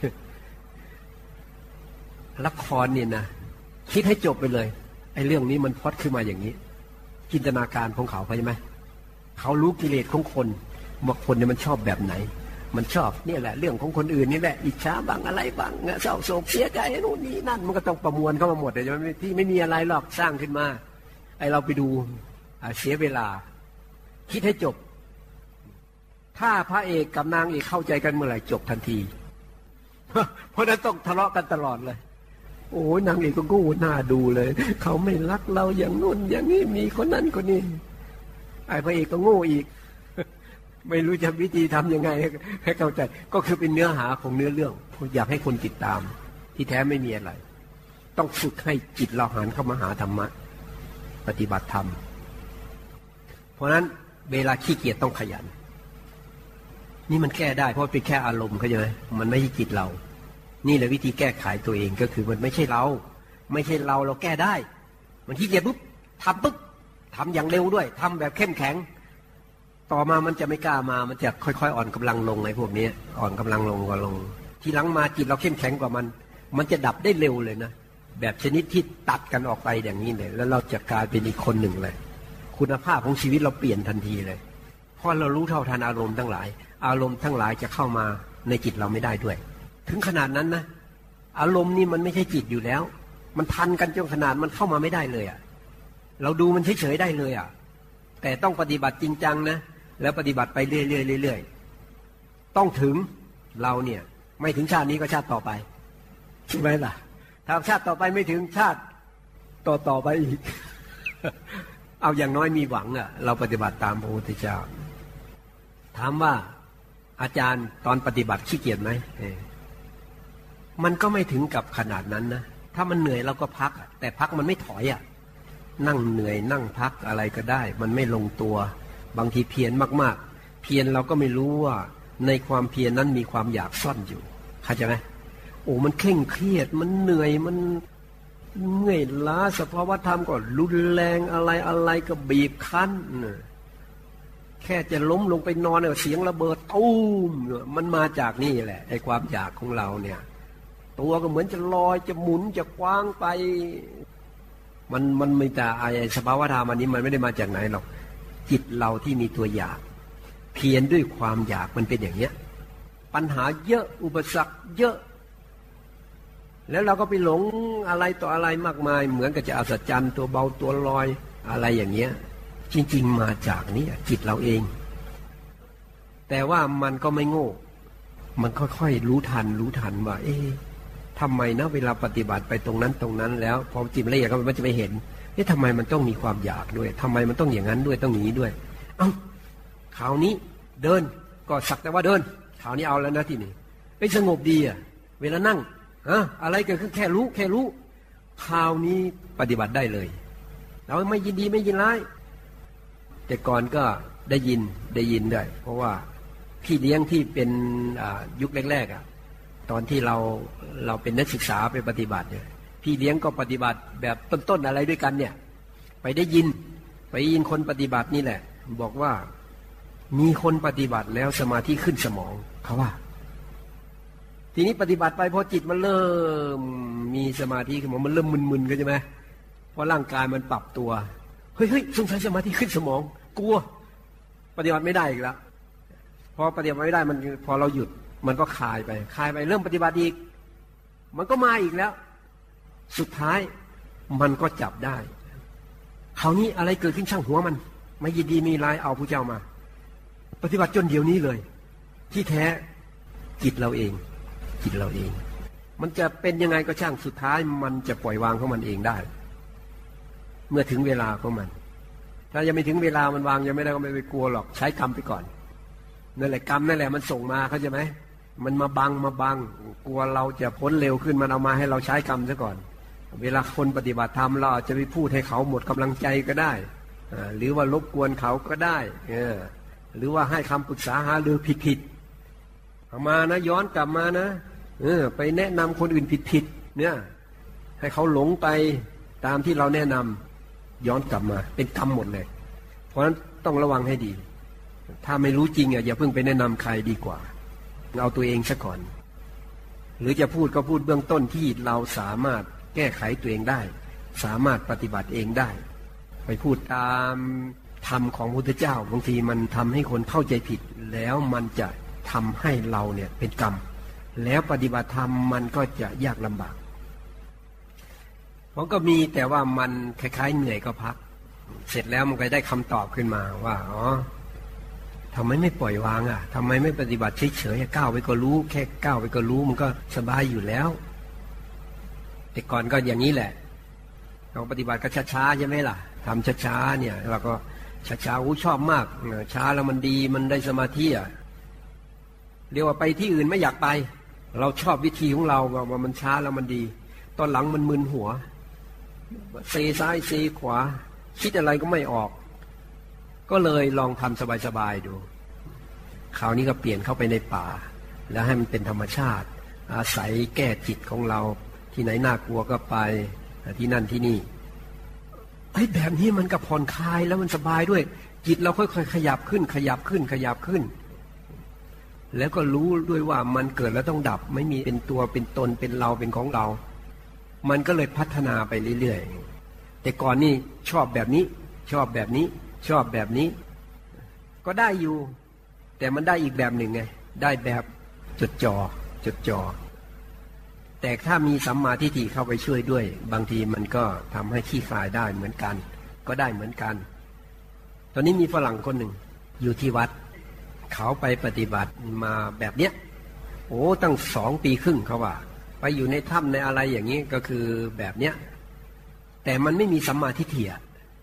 Speaker 1: ละครเนี่ยนะคิดให้จบไปเลยไอ้เรื่องนี้มันพล็อตขึ้นมาอย่างนี้จินตนาการของเขาใช่ไหมเขารู้กิเลสของคนว่าคนเนี่ยมันชอบแบบไหนมันชอบนี่แหละเรื่องของคนอื่นนี่แหละอิจฉาบ้างอะไรบ้างเศร้าโศกเสียใจนู่นนี่นั่นมันก็ต้องประมวลเข้ามาหมดเลยที่ไม่มีอะไรหรอกสร้างขึ้นมาไอเราไปดูเสียเวลาคิดให้จบถ้าพระเอกกับนางเอกเข้าใจกันเมื่อไหร่จบทันทีเพราะนั้นต้องทะเลาะกันตลอดเลยโอ้ยนางเอกก็โง่หน้าดูเลยเขาไม่รักเราอย่างนู้นอย่างนี้มีคนนั้นคนนี้ไอ้พระเอกก็โง่อีกไม่รู้จะวิธีทำยังไงให้เข้าใจก็คือเป็นเนื้อหาของเนื้อเรื่องอยากให้คนติดตามที่แท้ไม่มีอะไรต้องฝึกให้จิตเราหันเข้ามาหาธรรมะปฏิบัติธรรมเพราะนั้นเวลาขี้เกียจต้องขยันนี่มันแก้ได้เพราะเป็นแค่อารมณ์เข้าใจไหมมันไม่ใช่จิตเรานี่แหละวิธีแก้ไขตัวเองก็คือมันไม่ใช่เราเราแก้ได้มันขี้เกียจปุ๊บทำปุ๊บทำอย่างเร็วด้วยทำแบบเข้มแข็งต่อมามันจะไม่กล้ามามันจะค่อยๆอ่อนกำลังลงไอ้พวกนี้อ่อนกำลังลงก็ลงทีหลังมาจิตเราเข้มแข็งกว่ามันจะดับได้เร็วเลยนะแบบชนิดที่ตัดกันออกไปอย่างนี้เลยแล้วเราจะกลายเป็นอีกคนหนึ่งเลยคุณภาพของชีวิตเราเปลี่ยนทันทีเลยเพราะเรารู้เท่าทันอารมณ์ทั้งหลายอารมณ์ทั้งหลายจะเข้ามาในจิตเราไม่ได้ด้วยถึงขนาดนั้นนะอารมณ์นี่มันไม่ใช่จิตอยู่แล้วมันทันกันจนขนาดมันเข้ามาไม่ได้เลยอ่ะเราดูมันเฉยๆได้เลยอ่ะแต่ต้องปฏิบัติจริงจังนะแล้วปฏิบัติไปเรื่อยๆต้องถึงเราเนี่ยไม่ถึงชาตินี้ก็ชาติต่อไปใช่ไหมล่ะถ้าชาติต่อไปไม่ถึงชาติต่อไปอีก เอาอย่างน้อยมีหวังอ่ะเราปฏิบัติตามพระพุทธเจ้าถามว่าอาจารย์ตอนปฏิบัติขี้เกียจไหมมันก็ไม่ถึงกับขนาดนั้นนะถ้ามันเหนื่อยเราก็พักแต่พักมันไม่ถอยอ่ะนั่งเหนื่อยนั่งพักอะไรก็ได้มันไม่ลงตัวบางทีเพียรมากๆเพียรเราก็ไม่รู้ว่าในความเพียรนั้นมีความอยากซ่อนอยู่เข้าใจไหมโอ้มันเคร่งเครียดมันเหนื่อยมันเมื่อยล้าสภาวธรรมก็รุนแรงอะไรก็บีบคั้นแค่จะล้มลงไปนอนเนี่ยเสียงระเบิดตุ้มมันมาจากนี่แหละไอ้ความอยากของเราเนี่ยตัวก็เหมือนจะลอยจะหมุนจะคว้างไปมันไม่แต่ไอ้สภาวธรรมอันนี้มันไม่ได้มาจากไหนหรอกจิตเราที่มีตัวอยากเพียรด้วยความอยากมันเป็นอย่างเนี้ยปัญหาเยอะอุปสรรคเยอะแล้วเราก็ไปหลงอะไรต่ออะไรมากมายเหมือนกับจะอัศจรรย์ตัวเบาตัวลอยอะไรอย่างเงี้ยจริงๆมาจากนี้จิตเราเองแต่ว่ามันก็ไม่โง่มันค่อยๆรู้ทันว่าทำไมนะเวลาปฏิบัติไปตรงนั้นแล้วพอจิตละเอียดมันจะไปเห็นทำไมมันต้องมีความอยากด้วยทำไมมันต้องอย่างนั้นด้วยต้องอย่างนี้ด้วยคราวนี้เดินก็สักแต่ว่าเดินคราวนี้เอาแล้วนะที่นี่สงบดีเวลานั่งอะไรเกิดขึ้นแค่รู้คราวนี้ปฏิบัติได้เลยเราไม่ยินดีไม่ยินร้ายแต่ก่อนก็ได้ยินด้วยเพราะว่าพี่เลี้ยงที่เป็นยุคแรกๆตอนที่เราเป็นนักศึกษาไปปฏิบัติเนี่ยพี่เลี้ยงก็ปฏิบัติแบบต้นๆอะไรด้วยกันเนี่ยไปได้ยินคนปฏิบัตินี่แหละบอกว่ามีคนปฏิบัติแล้วสมาธิขึ้นสมองเขาว่าทีนี้ปฏิบัติไปพอจิตมันเริ่มมีสมาธิขึ้นมันเริ่มมึนๆก็ใช่ไหมเพราะร่างกายมันปรับตัวเฮ้ยสงสัยสมาธิขึ้นสมองกลัวปฏิบัติไม่ได้อีกแล้วพอปฏิบัติไม่ได้มันพอเราหยุดมันก็คลายไปเริ่มปฏิบัติอีกมันก็มาอีกแล้วสุดท้ายมันก็จับได้คราวนี้อะไรเกิดขึ้นช่างหัวมันไม่ยินดีมีร้ายเอาพระเจ้ามาปฏิบัติจนเดี๋ยวนี้เลยที่แท้จิตเราเองมันจะเป็นยังไงก็ช่างสุดท้ายมันจะปล่อยวางของมันเองได้เมื่อถึงเวลาของมันถ้ายังไม่ถึงเวลามันวางยังไม่ได้ก็ไม่ไปกลัวหรอกใช้กรรมไปก่อนนั่นแหละกรรมนั่นแหละมันส่งมาเข้าใจไหมมันมาบังกลัวเราจะพ้นเร็วขึ้นมันเอามาให้เราใช้กรรมซะก่อนเวลาคนปฏิบัติธรรมเราอาจจะไปพูดให้เขาหมดกำลังใจก็ได้หรือว่ารบกวนเขาก็ได้หรือว่าให้คำปรึกษาหารือผิดเอามานะย้อนกลับมานะไปแนะนำคนอื่นผิดเนี่ยให้เขาหลงไปตามที่เราแนะนำย้อนกลับมาเป็นกรรมหมดเลยเพราะฉะนั้นต้องระวังให้ดีถ้าไม่รู้จริงอย่าเพิ่งไปแนะนำใครดีกว่าเอาตัวเองซะก่อนหรือจะพูดก็พูดเบื้องต้นที่เราสามารถแก้ไขตัวเองได้สามารถปฏิบัติเองได้ไปพูดตามธรรมของพระพุทธเจ้าบางทีมันทำให้คนเข้าใจผิดแล้วมันจะททำให้เราเนี่ยเป็นกรรมแล้วปฏิบัติธรรมมันก็จะยากลำบากมันก็มีแต่ว่ามันคล้ายๆเหนื่อยก็พักเสร็จแล้วมันก็ได้คำตอบขึ้นมาว่าอ๋อทำไมไม่ปล่อยวางอ่ะทำไมไม่ปฏิบัติเฉยๆก้าวไปก็รู้แค่ก้าวไปก็รู้มันก็สบายอยู่แล้วแต่ก่อนก็อย่างนี้แหละเราปฏิบัติก็ช้าๆใช่ไหมล่ะทำช้าๆเนี่ยเราก็ช้าๆชอบมากช้าแล้วมันดีมันได้สมาธิอ่ะเรียกว่าไปที่อื่นไม่อยากไปเราชอบวิธีของเราว่ามันช้าแล้วมันดีตอนหลังมันมึนหัวเซซ้ายเซขวาคิดอะไรก็ไม่ออกก็เลยลองทำสบายๆดูคราวนี้ก็เปลี่ยนเข้าไปในป่าแล้วให้มันเป็นธรรมชาติอาศัยแก้จิตของเราที่ไหนน่ากลัวก็ไปที่นั่นที่นี่ไอ้แบบนี้มันก็ผ่อนคลายแล้วมันสบายด้วยจิตเราค่อยๆขยับขึ้นขยับขึ้นขยับขึ้นแล้วก็รู้ด้วยว่ามันเกิดแล้วต้องดับไม่มีเป็นตัวเป็นตนเป็นเราเป็นของเรามันก็เลยพัฒนาไปเรื่อยๆแต่ก่อนนี่ชอบแบบนี้ชอบแบบนี้ชอบแบบนี้ก็ได้อยู่แต่มันได้อีกแบบหนึ่งไงได้แบบจดจ่อแต่ถ้ามีสัมมาทิฏฐิเข้าไปช่วยด้วยบางทีมันก็ทำให้ขี้คลายได้เหมือนกันก็ได้เหมือนกันตอนนี้มีฝรั่งคนหนึ่งอยู่ที่วัดเขาไปปฏิบัติมาแบบเนี้ยโอ้ตั้ง2 ปีครึ่งเขาว่าไปอยู่ในถ้ำในอะไรอย่างนี้ก็คือแบบเนี้ยแต่มันไม่มีสัมมาทิฏฐิ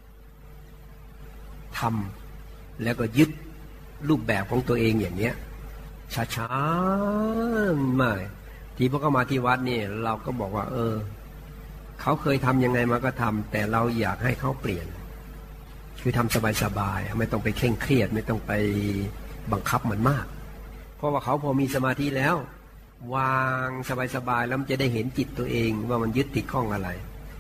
Speaker 1: ทำแล้วก็ยึดรูปแบบของตัวเองอย่างเนี้ยช้าๆมาที่พวกเขามาที่วัดนี่เราก็บอกว่าเขาเคยทำยังไงมาก็ทำแต่เราอยากให้เขาเปลี่ยนคือทำสบายๆไม่ต้องไปเคร่งเครียดไม่ต้องไปบังคับมันมากเพราะว่าเขาพอมีสมาธิแล้ววางสบายๆแล้วมันจะได้เห็นจิตตัวเองว่ามันยึดติดข้องอะไร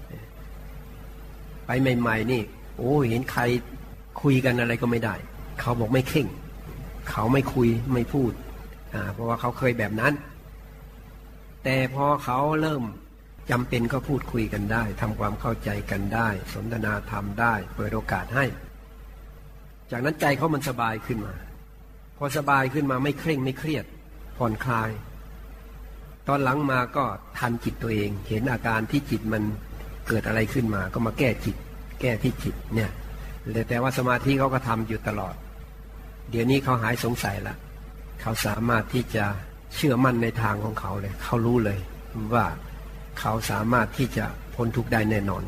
Speaker 1: ไปใหม่ๆนี่โอ้เห็นใครคุยกันอะไรก็ไม่ได้เขาบอกไม่เข่งเขาไม่คุยไม่พูดเพราะว่าเขาเคยแบบนั้นแต่พอเขาเริ่มจำเป็นก็พูดคุยกันได้ทำความเข้าใจกันได้สนทนาธรรมได้เปิดโอกาสให้จากนั้นใจเขามันสบายขึ้นมาพอสบายขึ้นมาไม่เคร่งไม่เครียดผ่อนคลายตอนหลังมาก็ทันจิตตัวเองเห็นอาการที่จิตมันเกิดอะไรขึ้นมาก็มาแก้จิตแก้ที่จิตเนี่ยแต่ว่าสมาธิเขาก็ทำอยู่ตลอดเดี๋ยวนี้เขาหายสงสัยละเขาสามารถที่จะเชื่อมั่นในทางของเขาเลยเขารู้เลยว่าเขาสามารถที่จะพ้นทุกข์ได้แน่นอน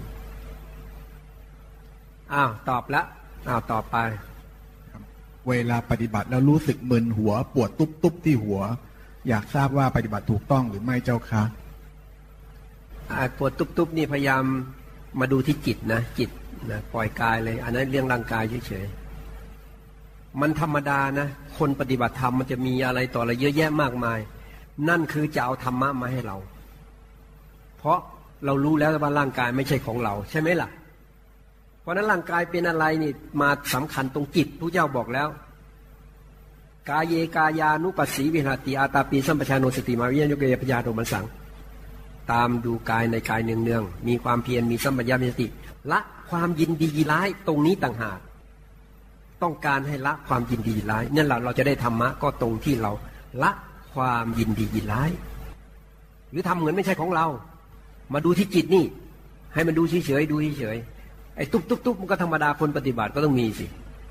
Speaker 1: ตอบละต่อไป
Speaker 2: เวลาปฏิบัติแล้วรู้สึกมึนหัวปวดตุ๊บที่หัวอยากทราบว่าปฏิบัติถูกต้องหรือไม่เจ้าคะ
Speaker 1: ปวดตุ๊บนี่พยายามมาดูที่จิตนะจิตนะปล่อยกายเลยอันนั้นเรื่องร่างกายเฉยๆมันธรรมดานะคนปฏิบัติธรรมมันจะมีอะไรต่ออะไรเยอะแยะมากมายนั่นคือจะเอาธรรมะมาให้เราเพราะเรารู้แล้วว่าร่างกายไม่ใช่ของเราใช่ไหมล่ะเพราะนั้นร่างกายเป็นอะไรนี่มาสำคัญตรงจิตพระเจ้าบอกแล้วกายเยกายานุปัสสีวิหารติอาตาปีสัมปชานโนสติมาวิญญาณโยเกยปญาโตมันสังตามดูกายในกายเนืองๆมีความเพียรมีสัมปชัญญะมีสติละความยินดียินร้ายตรงนี้ต่างหากต้องการให้ละความยินดียินร้ายนั่นแหละเราจะได้ธรรมะก็ตรงที่เราละความยินดียินร้ายหรือทำเหมือนไม่ใช่ของเรามาดูที่จิตนี่ให้มันดูเฉยๆดูเฉยๆไอ้ตุ๊บมันก็ธรรมดาคนปฏิบัติก็ต้องมีสิ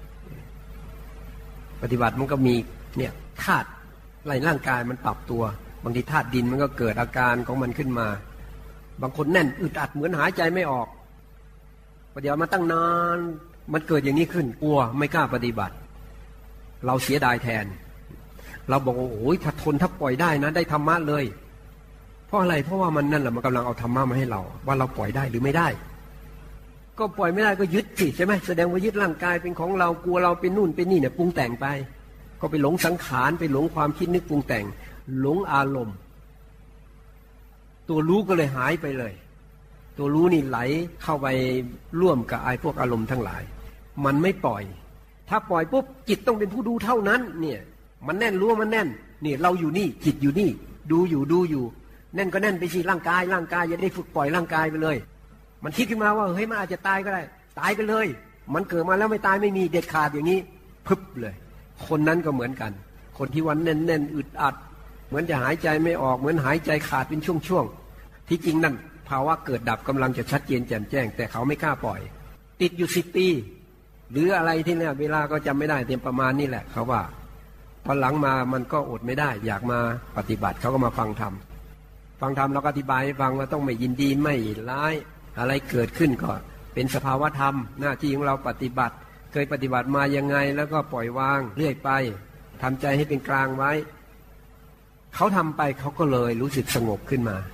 Speaker 1: ปฏิบัติมันก็มีเนี่ยธาตุร่างกายมันปรับตัวบางทีธาตุดินมันก็เกิดอาการของมันขึ้นมาบางคนแน่นอึดอัดเหมือนหายใจไม่ออกปฏิบัติมาตั้งนานมันเกิดอย่างนี้ขึ้นกลัวไม่กล้าปฏิบัติเราเสียดายแทนเราบอกว่าโอ้ยถ้าทนถ้าปล่อยได้นะได้ธรรมะเลยเพราะอะไรเพราะว่ามันนั่นแหละมันกำลังเอาธรรมะมาให้เราว่าเราปล่อยได้หรือไม่ได้ก็ปล่อยไม่ได้ก็ยึดสิใช่ไหมแสดงว่ายึดร่างกายเป็นของเรากลัวเราเป็นนู่นเป็นนี่เนี่ยปรุงแต่งไปก็ไปหลงสังขารไปหลงความคิดนึกปรุงแต่งหลงอารมณ์ตัวรู้ก็เลยหายไปเลยตัวรู้นี่ไหลเข้าไปร่วมกับไอ้พวกอารมณ์ทั้งหลายมันไม่ปล่อยถ้าปล่อยปุ๊บจิตต้องเป็นผู้ดูเท่านั้นเนี่ยมันแน่นรู้ว่ามันแน่นนี่เราอยู่นี่จิตอยู่นี่ดูอยู่แน่นก็แน่นไปสิร่างกายอย่าได้ฝึกปล่อยร่างกายไปเลยมันคิดขึ้นมาว่าเฮ้ยมันอาจจะตายก็ได้ตายไปเลยมันเกิดมาแล้วไม่ตายไม่มีเด็ดขาดอย่างนี้พึบเลยคนนั้นก็เหมือนกันคนที่วันแน่นๆอึดอัดเหมือนจะหายใจไม่ออกเหมือนหายใจขาดเป็นช่วงๆที่จริงนั่นภาวะเกิดดับกำลังจะชัดเจนแจ่มแจ้งแต่เขาไม่กล้าปล่อยติดอยู่10 ปีหรืออะไรที่เนี่ยเวลาก็จำไม่ได้เต็มประมาณนี่แหละเขาว่าตอนหลังมามันก็อดไม่ได้อยากมาปฏิบัติเขาก็มาฟังธรรมเราก็อธิบายให้ฟังว่าต้องไม่ยินดีไม่ร้ายอะไรเกิดขึ้นก็เป็นสภาวะธรรมหน้าที่ของเราปฏิบัติเคยปฏิบัติมายังไงแล้วก็ปล่อยวางเรื่อยไปทำใจให้เป็นกลางไว้เขาทำไปเขาก็เลยรู้สึกสงบขึ้นมา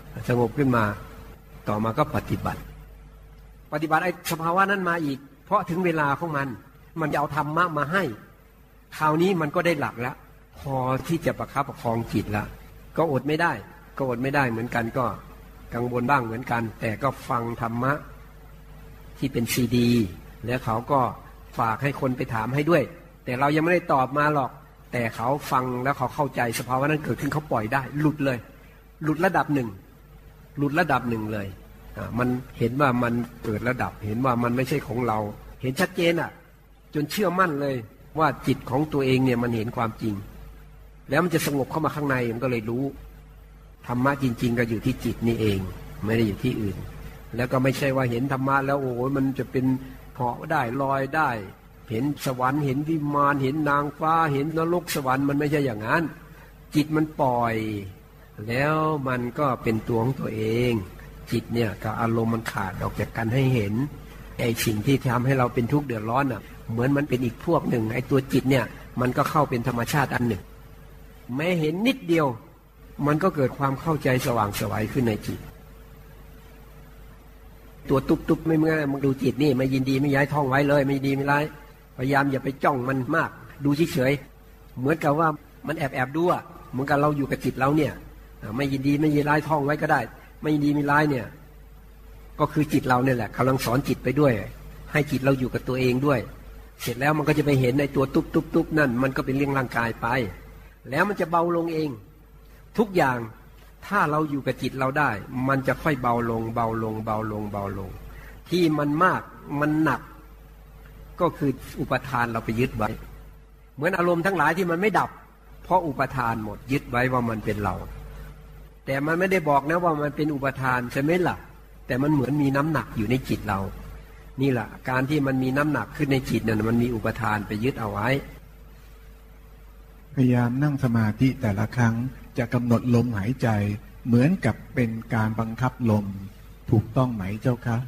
Speaker 1: ต่อมาก็ปฏิบัติไอ้สภาวะนั้นมาอีกเพราะถึงเวลาของมันจะเอาธรรมะมาให้คราวนี้มันก็ได้หลักแล้วพอที่จะประคับประคองจิตละก็อดไม่ได้เหมือนกันก็กังวลบ้างเหมือนกันแต่ก็ฟังธรรมะที่เป็นซีดีแล้วเขาก็ฝากให้คนไปถามให้ด้วยแต่เรายังไม่ได้ตอบมาหรอกแต่เขาฟังแล้วเขาเข้าใจสภาวะนั้นเกิดขึ้นเขาปล่อยได้หลุดระดับหนึ่งเลยมันเห็นว่ามันเกิดระดับเห็นว่ามันไม่ใช่ของเราเห็นชัดเจนจนเชื่อมั่นเลยว่าจิตของตัวเองเนี่ยมันเห็นความจริงแล้วมันจะสงบเข้ามาข้างในมันก็เลยรู้ธรรมะจริงๆก็อยู่ที่จิตนี่เองไม่ได้อยู่ที่อื่นแล้วก็ไม่ใช่ว่าเห็นธรรมะแล้วโอ้โหมันจะเป็นเหาะได้ลอยได้เห็นสวรรค์เห็นวิมานเห็นนางฟ้าเห็นนรกสวรรค์มันไม่ใช่อย่างนั้นจิตมันปล่อยแล้วมันก็เป็นตัวของตัวเองจิตเนี่ยกับอารมณ์มันขาดออกจากกันให้เห็นไอ้สิ่งที่ทำให้เราเป็นทุกข์เดือดร้อนเหมือนมันเป็นอีกพวกหนึ่งไอ้ตัวจิตเนี่ยมันก็เข้าเป็นธรรมชาติอันหนึ่งแม้เห็นนิดเดียวมันก็เกิดความเข้าใจสว่างไสวขึ้นในจิตตัวตุบๆไม่เมื่อมึงดูจิตนี่ไม่ยินดีไม่ย้ายท่องไว้เลยไม่ดีไม่ร้ายพยายามอย่าไปจ้องมันมากดูเฉยๆเหมือนกับว่ามันแอบดูเหมือนกับเราอยู่กับจิตเราเนี่ยไม่ยินดีไม่ยินร้ายท่องไว้ก็ได้ไม่ยินดีไม่ร้ายเนี่ยก็คือจิตเราเนี่ยแหละกำลังสอนจิตไปด้วยให้จิตเราอยู่กับตัวเองด้วยเสร็จแล้วมันก็จะไปเห็นในตัวตุบๆนั่นมันก็เป็นเรื่องร่างกายไปแล้วมันจะเบาลงเองทุกอย่างถ้าเราอยู่กับจิตเราได้มันจะค่อยเบาลงที่มันมากมันหนักก็คืออุปทานเราไปยึดไว้เหมือนอารมณ์ทั้งหลายที่มันไม่ดับเพราะอุปทานหมดยึดไว้ว่ามันเป็นเราแต่มันไม่ได้บอกนะว่ามันเป็นอุปทานใช่ไหมล่ะแต่มันเหมือนมีน้ำหนักอยู่ในจิตเรานี่แหละการที่มันมีน้ำหนักขึ้นในจิตนั่นมันมีอุปทานไปยึดเอาไว้
Speaker 2: พยายามนั่งสมาธิแต่ละครั้งจะกำหนดลมหายใจเหมือนกับเป็นการบังคับลมถูกต้องไหมเจ้าคะ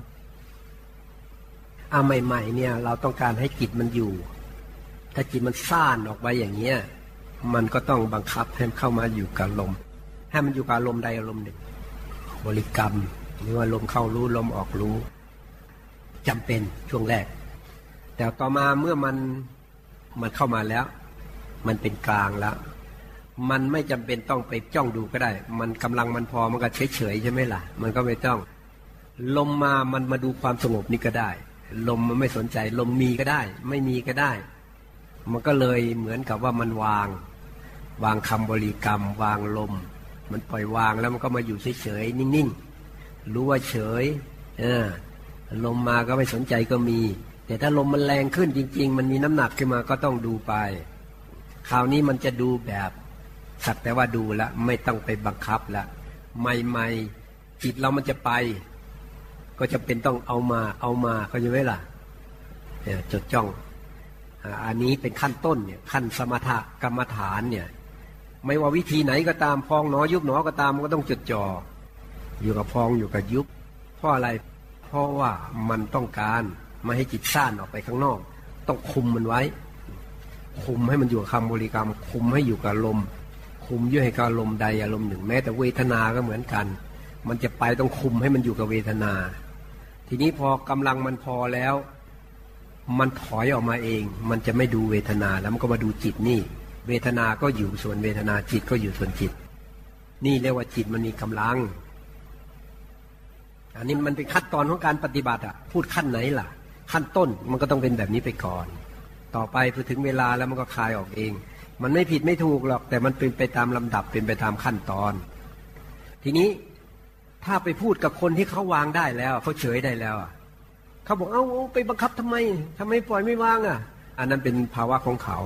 Speaker 1: ใหม่ๆเนี่ยเราต้องการให้จิตมันอยู่ถ้าจิตมันซ่านออกไปอย่างเงี้ยมันก็ต้องบังคับให้เข้ามาอยู่กับลมให้มันอยู่กับลมใดอารมณ์หนึ่งบริกรรมหรือว่าลมเข้ารู้ลมออกรู้จำเป็นช่วงแรกแต่ต่อมาเมื่อมันเข้ามาแล้วมันเป็นกลางแล้วมันไม่จำเป็นต้องไปจ้องดูก็ได้มันกำลังมันพอมันก็เฉยใช่ไหมล่ะมันก็ไม่ต้องลมมามันมาดูความสงบนี่ก็ได้ลมมันไม่สนใจลมมีก็ได้ไม่มีก็ได้มันก็เลยเหมือนกับว่ามันวางคำบริกรรมวางลมมันปล่อยวางแล้วมันก็มาอยู่เฉยๆนิ่งๆรู้ว่าเฉยลมมาก็ไม่สนใจก็มีแต่ถ้าลมมันแรงขึ้นจริงๆมันมีน้ำหนักขึ้นมาก็ต้องดูไปคราวนี้มันจะดูแบบสักแต่ว่าดูแล้วไม่ต้องไปบังคับแล้วใหม่ๆจิตเรามันจะไปก็จะเป็นต้องเอามาเขาจะไม่ล่ะจดจ้องอันนี้เป็นขั้นต้นเนี่ยขั้นสมถกรรมฐานเนี่ยไม่ว่าวิธีไหนก็ตามพองหนอยุบหนอก็ตามมันก็ต้องจดจ่ออยู่กับพองอยู่กับยุบเพราะอะไรเพราะว่ามันต้องการไม่ให้จิตซ่านออกไปข้างนอกต้องคุมมันไว้คุมให้มันอยู่กับคำบริกรรมคุมให้อยู่กับลมคุมอยู่ให้กับลมใดอารมณ์หนึ่งแม้แต่เวทนาก็เหมือนกันมันจะไปต้องคุมให้มันอยู่กับเวทนาทีนี้พอกำลังมันพอแล้วมันถอยออกมาเองมันจะไม่ดูเวทนาแล้วมันก็มาดูจิตนี่เวทนาก็อยู่ส่วนเวทนาจิตก็อยู่ส่วนจิตนี่เรียกว่าจิตมันมีกำลังอันนี้มันเป็นขั้นตอนของการปฏิบัติพูดขั้นไหนล่ะขั้นต้นมันก็ต้องเป็นแบบนี้ไปก่อนต่อไปพอถึงเวลาแล้วมันก็คลายออกเองมันไม่ผิดไม่ถูกหรอกแต่มันเป็นไปตามลำดับเป็นไปตามขั้นตอนทีนี้ถ้าไปพูดกับคนที่เขาวางได้แล้วเขาเฉยได้แล้วเขาบอกเอาไปบังคับทำไมปล่อยไม่วางอันนั้นเป็นภาวะของเขา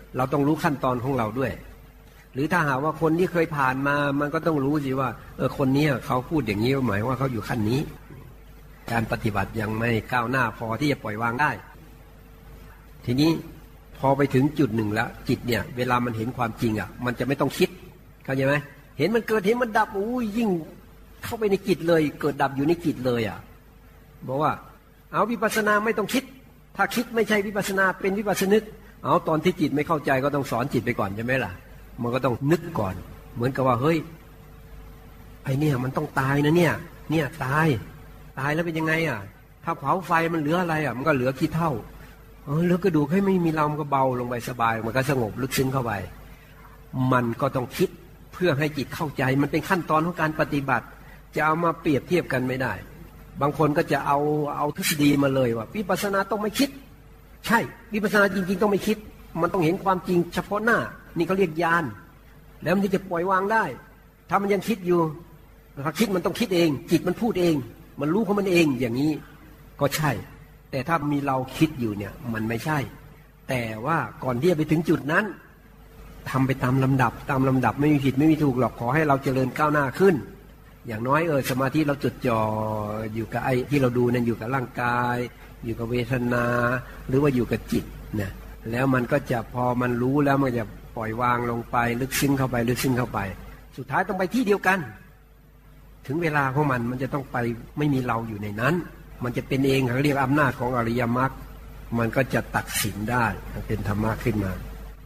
Speaker 1: เราต้องรู้ขั้นตอนของเราด้วยหรือถ้าหากว่าคนที่เคยผ่านมามันก็ต้องรู้สิว่าคนนี้เขาพูดอย่างนี้หมายว่าเขาอยู่ขั้นนี้การปฏิบัติยังไม่ก้าวหน้าพอที่จะปล่อยวางได้ทีนี้พอไปถึงจุดหนึ่งแล้วจิตเนี่ยเวลามันเห็นความจริงอ่ะมันจะไม่ต้องคิดเข้าใจไหมเห็นมันเกิดเห็นมันดับยิ่งเข้าไปในจิตเลยเกิดดับอยู่ในจิตเลยอ่ะบอกว่าเอาวิปัสสนาไม่ต้องคิดถ้าคิดไม่ใช่วิปัสสนาเป็นวิปัสสนึกเอาตอนที่จิตไม่เข้าใจก็ต้องสอนจิตไปก่อนใช่ไหมล่ะมันก็ต้องนึกก่อนเหมือนกับว่าเฮ้ยไอเนี่ยมันต้องตายนะเนี่ยตายแล้วเป็นยังไงอ่ะถ้าเผาไฟมันเหลืออะไรอ่ะมันก็เหลือขี้เถ้าเหลือกระดูกให้ไม่มีลมก็เบาลงไปสบายมันก็สงบลึกซึ้งเข้าไปมันก็ต้องคิดเพื่อให้จิตเข้าใจมันเป็นขั้นตอนของการปฏิบัติจะเอามาเปรียบเทียบกันไม่ได้บางคนก็จะเอาทฤษฎีมาเลยว่าวิปัสสนาต้องไม่คิดใช่วิปัสสนาจริงๆต้องไม่คิดมันต้องเห็นความจริงเฉพาะหน้านี่เขาเรียกญาณแล้วมันจะปล่อยวางได้ถ้ามันยังคิดอยู่ถ้าคิดมันต้องคิดเองจิตมันพูดเองมันรู้ของมันเองอย่างนี้ก็ใช่แต่ถ้ามีเราคิดอยู่เนี่ยมันไม่ใช่แต่ว่าก่อนที่จะไปถึงจุดนั้นทำไปตามลำดับไม่มีผิดไม่มีถูกหรอกขอให้เราเจริญก้าวหน้าขึ้นอย่างน้อยสมาธิเราจดจ่ออยู่กับไอ้ที่เราดูนั่นอยู่กับร่างกายอยู่กับเวทนาหรือว่าอยู่กับจิตนะแล้วมันก็จะพอมันรู้แล้วมันจะปล่อยวางลงไปลึกซึ้งเข้าไปลึกซึ้งเข้าไปสุดท้ายต้องไปที่เดียวกันถึงเวลาของมันจะต้องไปไม่มีเราอยู่ในนั้นมันจะเป็นเองเขาเรียกอำนาจของอริยมรรคมันก็จะตัดสินได้เป็นธรรมะขึ้นมา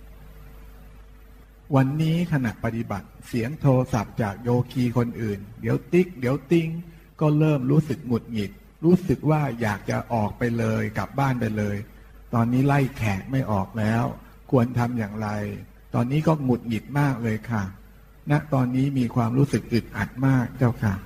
Speaker 2: วันนี้ขณะปฏิบัติเสียงโทรศัพท์จากโยคีคนอื่นเดี๋ยวติ๊กเดี๋ยวติ้งก็เริ่มรู้สึกหงุดหงิดรู้สึกว่าอยากจะออกไปเลยกลับบ้านไปเลยตอนนี้ไล่แขกไม่ออกแล้วควรทำอย่างไรตอนนี้ก็หงุดหงิดมากเลยค่ะณตอนนี้มีความรู้สึกอึดอัดมากเจ้าค่ะ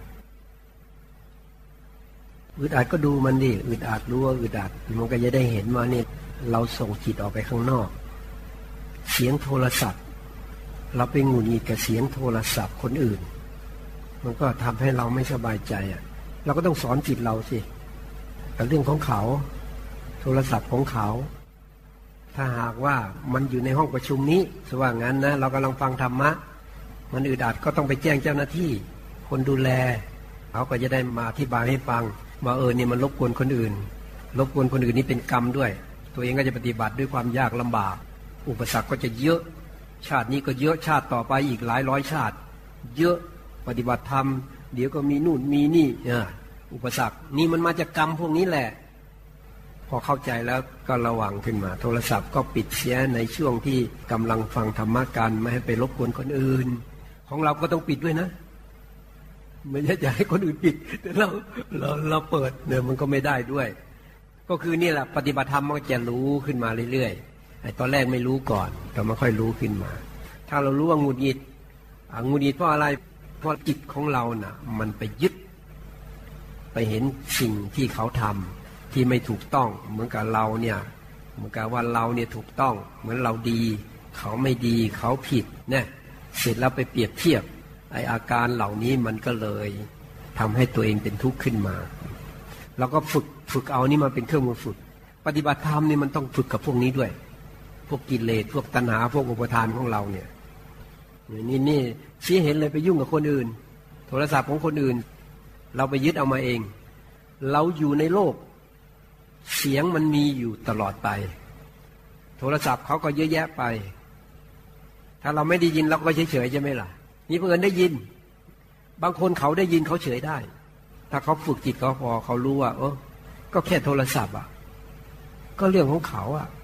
Speaker 1: อึดอัดก็ดูมันดิอึดอัดรู้ว่าอึดอัดมันก็จะได้เห็นว่าเนี่ยเราส่งจิตออกไปข้างนอกเสียงโทรศัพท์เราไปหงุดหงิดกับเสียงโทรศัพท์คนอื่นมันก็ทำให้เราไม่สบายใจอ่ะเราก็ต้องสอนจิตเราสิแต่เรื่องของเขาโทรศัพท์ของเขาถ้าหากว่ามันอยู่ในห้องประชุมนี้สว่างั้นนะเรากำลังฟังธรรมะมันอึดอัดก็ต้องไปแจ้งเจ้าหน้าที่คนดูแลเขาก็จะได้มาอธิบายให้ฟังว่าเนี่ยมันรบกวนคนอื่นรบกวนคนอื่นนี่เป็นกรรมด้วยตัวเองก็จะปฏิบัติด้วยความยากลำบากอุปสรรคก็จะเยอะชาตินี้ก็เยอะชาติต่อไปอีกหลายร้อยชาติเยอะปฏิบัติธรรมเดี๋ยวก็มีนู่นมีนี่อุปสรรคนี่มันมาจากกรรมพวกนี้แหละพอเข้าใจแล้วก็ระวังขึ้นมาโทรศัพท์ก็ปิดเสียในช่วงที่กำลังฟังธรรมะกันไม่ให้ไปรบกวนคนอื่นของเราก็ต้องปิดด้วยนะไม่ใช่จะให้คนอื่นปิดแต่เราเปิดเนี่ยมันก็ไม่ได้ด้วยก็คือนี่แหละปฏิบัติธรรมมันก็จะรู้ขึ้นมาเรื่อยๆไอ้ตอนแรกไม่รู้ก่อนแต่มันค่อยรู้ขึ้นมาถ้าเรารู้ว่าหงุดหงิดเพราะอะไรเพราะจิตของเราน่ะมันไปยึดไปเห็นสิ่งที่เขาทำที่ไม่ถูกต้องเหมือนกับเราเนี่ยเหมือนกับว่าเราเนี่ยถูกต้องเหมือนเราดีเขาไม่ดีเขาผิดเนี่ยเสร็จแล้วไปเปรียบเทียบไอ้อาการเหล่านี้มันก็เลยทำให้ตัวเองเป็นทุกข์ขึ้นมาเราก็ฝึกเอานี่มาเป็นเครื่องมือฝึกปฏิบัติธรรมนี่มันต้องฝึกกับพวกนี้ด้วยพวกกิเลสพวกตัณหาพวกอุปทานของเราเนี่ยนี่ชี้เห็นเลยไปยุ่งกับคนอื่นโทรศัพท์ของคนอื่นเราไปยึดเอามาเองเราอยู่ในโลกเสียงมันมีอยู่ตลอดไปโทรศัพท์เขาก็เยอะแยะไปถ้าเราไม่ได้ยินเราก็เฉยๆใช่ไหมล่ะนี่เพื่อนได้ยินบางคนเขาได้ยินเขาเฉยได้ถ้าเขาฝึกจิตเขาพอเขารู้ว่าก็แค่โทรศัพท์ก็เรื่องของเขา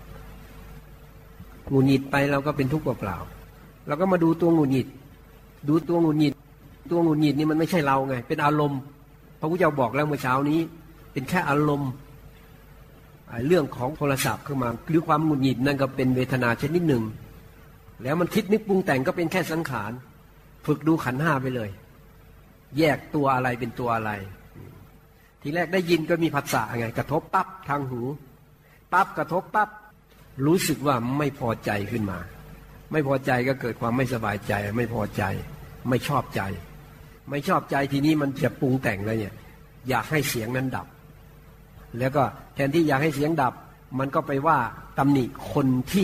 Speaker 1: หงุดหงิดไปเราก็เป็นทุกข์เปล่าๆเราก็มาดูตัวหงุดหงิดตัวหงุดหงิดนี่มันไม่ใช่เราไงเป็นอารมณ์พระพุทธเจ้าบอกแล้วเมื่อเช้านี้เป็นแค่อารมณ์เรื่องของโทรศัพท์ขึ้นมาหรือความหงุดหงิดนั่นก็เป็นเวทนาชนิดหนึ่งแล้วมันคิดนึกปรุงแต่งก็เป็นแค่สังขารฝึกดูขันธ์ห้าไปเลยแยกตัวอะไรเป็นตัวอะไรทีแรกได้ยินก็มีผัสสะไงกระทบปั๊บทางหูปั๊บกระทบปั๊บรู้สึกว่าไม่พอใจขึ้นมาไม่พอใจก็เกิดความไม่สบายใจไม่พอใจไม่ชอบใจทีนี้มันจะปรุงแต่งเลยเนี่ยอยากให้เสียงนั้นดับแล้วก็แทนที่อยากให้เสียงดับมันก็ไปว่าตำหนิคนที่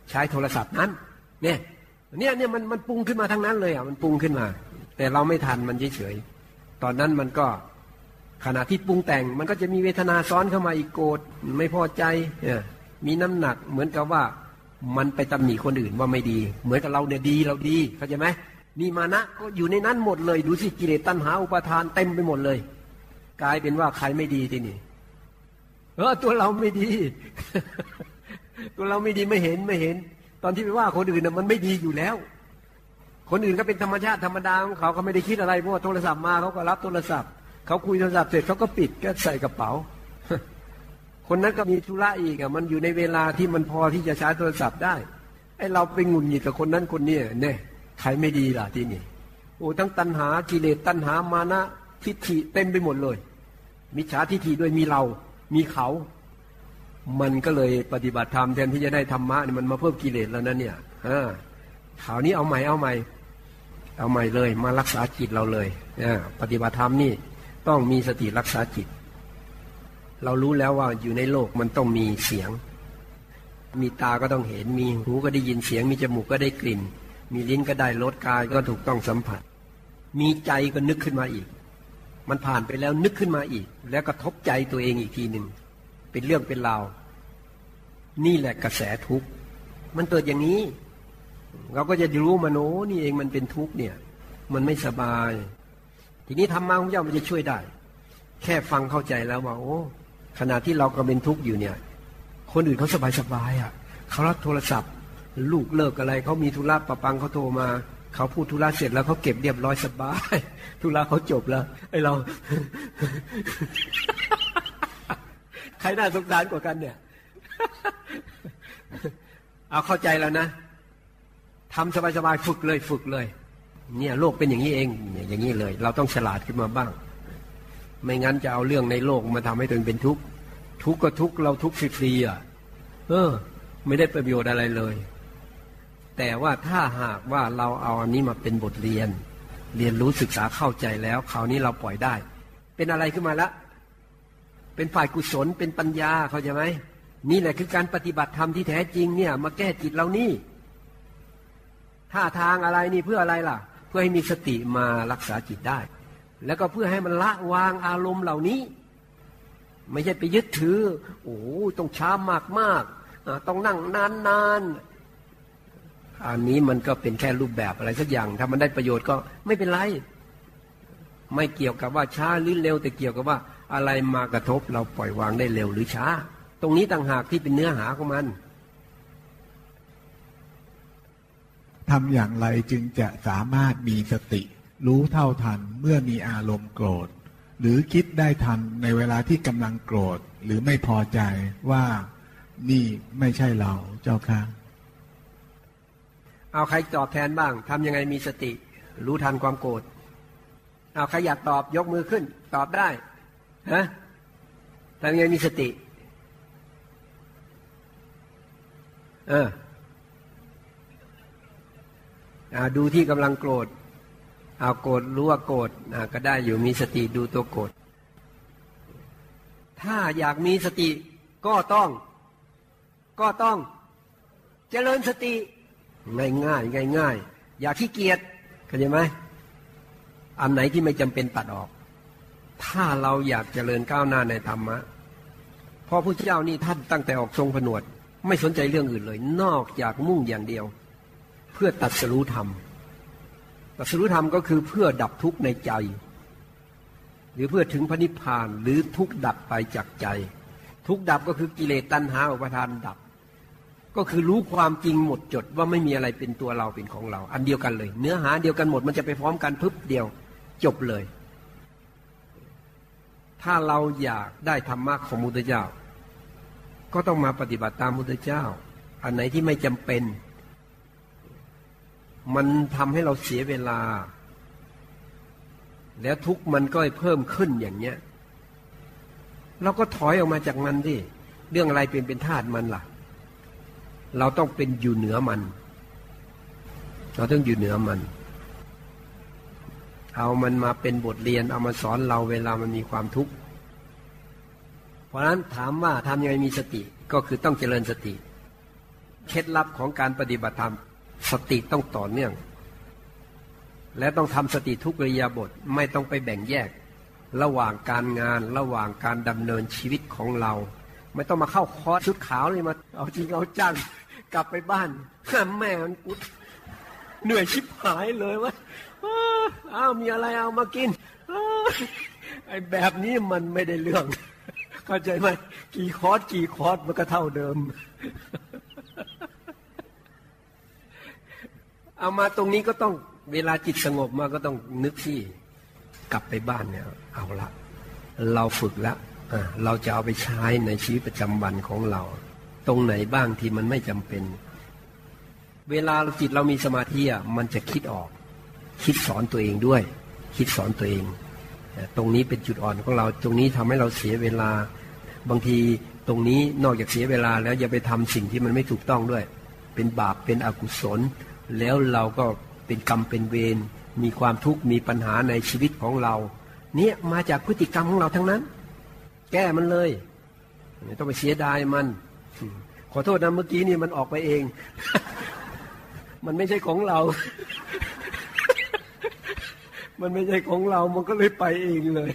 Speaker 1: ใช้โทรศัพท์นั้นเนี่ยมันปรุงขึ้นมาทั้งนั้นเลยมันปรุงขึ้นมาแต่เราไม่ทันมันเฉยๆตอนนั้นมันก็ขณะที่ปรุงแต่งมันก็จะมีเวทนาซ้อนเข้ามาอีกโกรธไม่พอใจมีน้ำหนักเหมือนกับว่ามันไปตำหนิคนอื่นว่าไม่ดีเหมือนกับเราเนี่ยดีเราดีเข้าใจไหมนี่มานะก็อยู่ในนั้นหมดเลยดูสิกิเลสตัณหาอุปาทานเต็มไปหมดเลยกลายเป็นว่าใครไม่ดีทีนี่ตัวเราไม่ดี ตัวเราไม่ดีไม่เห็นตอนที่ไปว่าคนอื่นน่ะมันไม่ดีอยู่แล้วคนอื่นก็เป็นธรรมชาติธรรมดาของเขาไม่ได้คิดอะไรเพราะว่าโทรศัพท์มาเขาก็รับโทรศัพท์เขาคุยโทรศัพท์เสร็จเขาก็ปิดก็ใส่กระเป๋า คนนั้นก็มีธุระอีกมันอยู่ในเวลาที่มันพอที่จะใช้โทรศัพท์ได้ไอ้เราไปงุนหงิดกับคนนั้นคนนี้เนี่ยใครไม่ดีล่ะที่นี่โอ้ทั้งตัณหากิเลสตัณหามานะทิฏฐิเต็มไปหมดเลยมิจฉาทิฏฐิด้วยมีเรามีเขามันก็เลยปฏิบัติธรรมแทนที่จะได้ธรรมะนี่มันมาเพิ่มกิเลสแล้วนั่นเนี่ยข่าวนี้เอาใหม่เลยมารักษาจิตเราเลยปฏิบัติธรรมนี่ต้องมีสติรักษาจิตเรารู้แล้วว่าอยู่ในโลกมันต้องมีเสียงมีตาก็ต้องเห็นมีหูก็ได้ยินเสียงมีจมูกก็ได้กลิ่นมีลิ้นก็ได้รสกายก็ถูกต้องสัมผัสมีใจก็นึกขึ้นมาอีกมันผ่านไปแล้วนึกขึ้นมาอีกแล้วกระทบใจตัวเองอีกทีหนึ่งเป็นเรื่องเป็นราวนี่แหละกระแสทุกข์มันเกิดอย่างนี้เราก็จะรู้มันโอ้นี่เองมันเป็นทุกข์เนี่ยมันไม่สบายทีนี้ธรรมะของเจ้ามันจะช่วยได้แค่ฟังเข้าใจแล้วว่าโอ้ขณะที่เราก็เป็นทุกข์อยู่เนี่ยคนอื่นเขาสบายเขารับโทรศัพท์ลูกเลิกอะไรเขามีธุระปะปังเขาโทรมาเขาพูดธุระเสร็จแล้วเขาเก็บเรียบร้อยสบายธุระเขาจบแล้วไอ้เรา ใครน่าสงสารกว่ากันเนี่ย เอาเข้าใจแล้วนะทำสบายๆฝึกเลยเนี่ยโลกเป็นอย่างนี้เองเนี่ยอย่างนี้เลยเราต้องฉลาดขึ้นมาบ้างไม่งั้นจะเอาเรื่องในโลกมาทำให้ตัวเองเป็นทุกข์ก็ทุกข์เราทุกข์ฟรีๆไม่ได้ประโยชน์อะไรเลยแต่ว่าถ้าหากว่าเราเอาอันนี้มาเป็นบทเรียนรู้ศึกษาเข้าใจแล้วคราวนี้เราปล่อยได้เป็นอะไรขึ้นมาละเป็นฝ่ายกุศลเป็นปัญญาเข้าใจไหมนี่แหละคือการปฏิบัติธรรมที่แท้จริงเนี่ยมาแก้จิตเรานี่ท่าทางอะไรนี่เพื่ออะไรล่ะเพื่อให้มีสติมารักษาจิตได้แล้วก็เพื่อให้มันละวางอารมณ์เหล่านี้ไม่ใช่ไปยึดถือโอ้ต้องช้ามากต้องนั่งนานอันนี้มันก็เป็นแค่รูปแบบอะไรสักอย่างถ้ามันได้ประโยชน์ก็ไม่เป็นไรไม่เกี่ยวกับว่าช้าหรือเร็วแต่เกี่ยวกับว่าอะไรมากระทบเราปล่อยวางได้เร็วหรือช้าตรงนี้ต่างหากที่เป็นเนื้อหาของมัน
Speaker 2: ทำอย่างไรจึงจะสามารถมีสติรู้เท่าทันเมื่อมีอารมณ์โกรธหรือคิดได้ทันในเวลาที่กำลังโกรธหรือไม่พอใจว่านี่ไม่ใช่เราเจ้าค่ะ
Speaker 1: เอาใครตอบแทนบ้างทำยังไงมีสติรู้ทันความโกรธเอาใครอยากตอบยกมือขึ้นตอบได้ฮะทำยังไงมีสติดูที่กำลังโกรธเอาโกรธรู้ว่าโกรธก็ได้อยู่มีสติดูตัวโกรธถ้าอยากมีสติก็ต้องเจริญสติง่ายอย่าขี้เกียจเข้าใจไหมอันไหนที่ไม่จำเป็นตัดออกถ้าเราอยากเจริญก้าวหน้าในธรรมะพอพระเจ้านี่ท่านตั้งแต่ออกทรงผนวดไม่สนใจเรื่องอื่นเลยนอกจากมุ่งอย่างเดียวเพื่อตรัสรู้ธรรมตรัสรู้ธรรมก็คือเพื่อดับทุกข์ในใจหรือเพื่อถึงพระนิพพานหรือทุกข์ดับไปจากใจทุกข์ดับก็คือกิเลสตัณหาอุปาทานดับก็คือรู้ความจริงหมดจดว่าไม่มีอะไรเป็นตัวเราเป็นของเราอันเดียวกันเลยเนื้อหาเดียวกันหมดมันจะไปพร้อมกันพึบเดียวจบเลยถ้าเราอยากได้ธรรมะของพระพุทธเจ้าก็ต้องมาปฏิบัติตามพระพุทธเจ้าอันไหนที่ไม่จำเป็นมันทำให้เราเสียเวลาแล้วทุกข์มันก็เพิ่มขึ้นอย่างเนี้ยเราก็ถอยออกมาจากมันดิเรื่องอะไรเป็นธาตุมันล่ะเราต้องเป็นอยู่เหนือมันเราต้องอยู่เหนือมันเอามันมาเป็นบทเรียนเอามาสอนเราเวลามันมีความทุกข์เพราะฉะนั้นถามว่าทำยังไงมีสติก็คือต้องเจริญสติเคล็ดลับของการปฏิบัติธรรมสติต้องต่อเนื่องและต้องทำสติทุกอิริยาบถไม่ต้องไปแบ่งแยกระหว่างการงานระหว่างการดำเนินชีวิตของเราไม่ต้องมาเข้าคอร์สชุดขาวเลยมาเอาจริงเอาจังกลับไปบ้านแม่มันกูเหนื่อยชิบหายเลยวะอ้าวมีอะไรเอามากินไอ้แบบนี้มันไม่ได้เรื่องเข้าใจไหมกี่คอร์สมันก็เท่าเดิมเอามาตรงนี้ก็ต้องเวลาจิตสงบมาก็ต้องนึกที่กลับไปบ้านเนี่ยเอาละเราฝึกแล้วเราจะเอาไปใช้ในชีวิตประจำวันของเราตรงไหนบ้างที่มันไม่จำเป็นเวลาจิตเรามีสมาธิมันจะคิดออกคิดสอนตัวเองด้วยคิดสอนตัวเองตรงนี้เป็นจุดอ่อนของเราตรงนี้ทำให้เราเสียเวลาบางทีตรงนี้นอกจากเสียเวลาแล้วอย่าไปทำสิ่งที่มันไม่ถูกต้องด้วยเป็นบาปเป็นอกุศลแล้วเราก็เป็นกรรมเป็นเวรมีความทุกข์มีปัญหาในชีวิตของเราเนี่ยมาจากพฤติกรรมของเราทั้งนั้นแก้มันเลยไม่ต้องไปเสียดายมันขอโทษนะเมื่อกี้นี่มันออกไปเอง มันไม่ใช่ของเรา มันไม่ใช่ของเรามันก็เลยไปเองเลย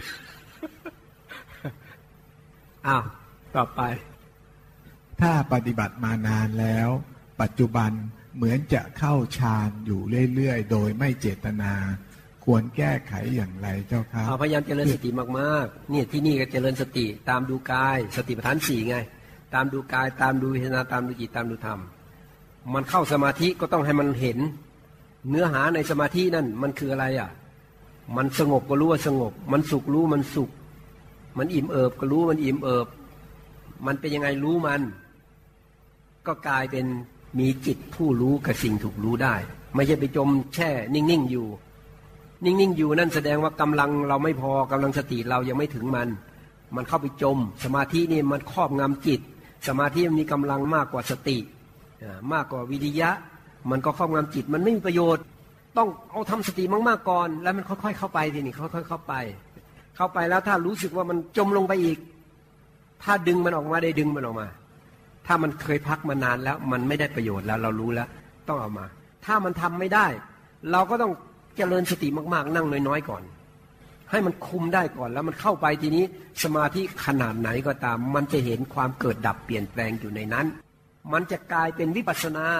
Speaker 1: อ้าวต่อไป
Speaker 2: ถ้าปฏิบัติมานานแล้วปัจจุบันเหมือนจะเข้าฌานอยู่เรื่อยๆโดยไม่เจตนาควรแก้ไขอย่างไรเจ้าครับ
Speaker 1: พยายามเจริญสติมากๆเนี่ยที่นี่ก็เจริญสติตามดูกายสติปัฏฐาน4ไงตามดูกายตามดูเวทนาตามดูจิตตามดูธรรมมันเข้าสมาธิก็ต้องให้มันเห็นเนื้อหาในสมาธินั่นมันคืออะไรมันสงบก็รู้ว่าสงบมันสุขรู้มันสุขมันอิ่มเอิบก็รู้มันอิ่มเอิบมันเป็นยังไงรู้มันก็กลายเป็นมีจิตผู้รู้กับสิ่งถูกรู้ได้ไม่ใช่ไปจมแช่นิ่งๆอยู่นิ่งๆอยู่นั่นแสดงว่ากำลังเราไม่พอกำลังสติเรายังไม่ถึงมันเข้าไปจมสมาธินี่มันครอบงำจิตสมาธิมันมีกำลังมากกว่าสติมากกว่าวิริยะมันก็ครอบงำจิตมันไม่มีประโยชน์ต้องเอาทำสติมากๆก่อนแล้วมันค่อยๆเข้าไปทีนี้ค่อยๆเข้าไปแล้วถ้ารู้สึกว่ามันจมลงไปอีกถ้าดึงมันออกมาได้ดึงมันออกมาถ้ามันเคยพักมานานแล้วมันไม่ได้ประโยชน์แล้วเรารู้แล้วต้องเอามาถ้ามันทำไม่ได้เราก็ต้องเจริญสติมากๆนั่งน้อยๆก่อนให้มันคุมได้ก่อนแล้วมันเข้าไปทีนี้สมาธิขนาดไหนก็ตามมันจะเห็นความเกิดดับเปลี่ยนแปลงอยู่ในนั้นมันจะกลายเป็นวิปัสสนา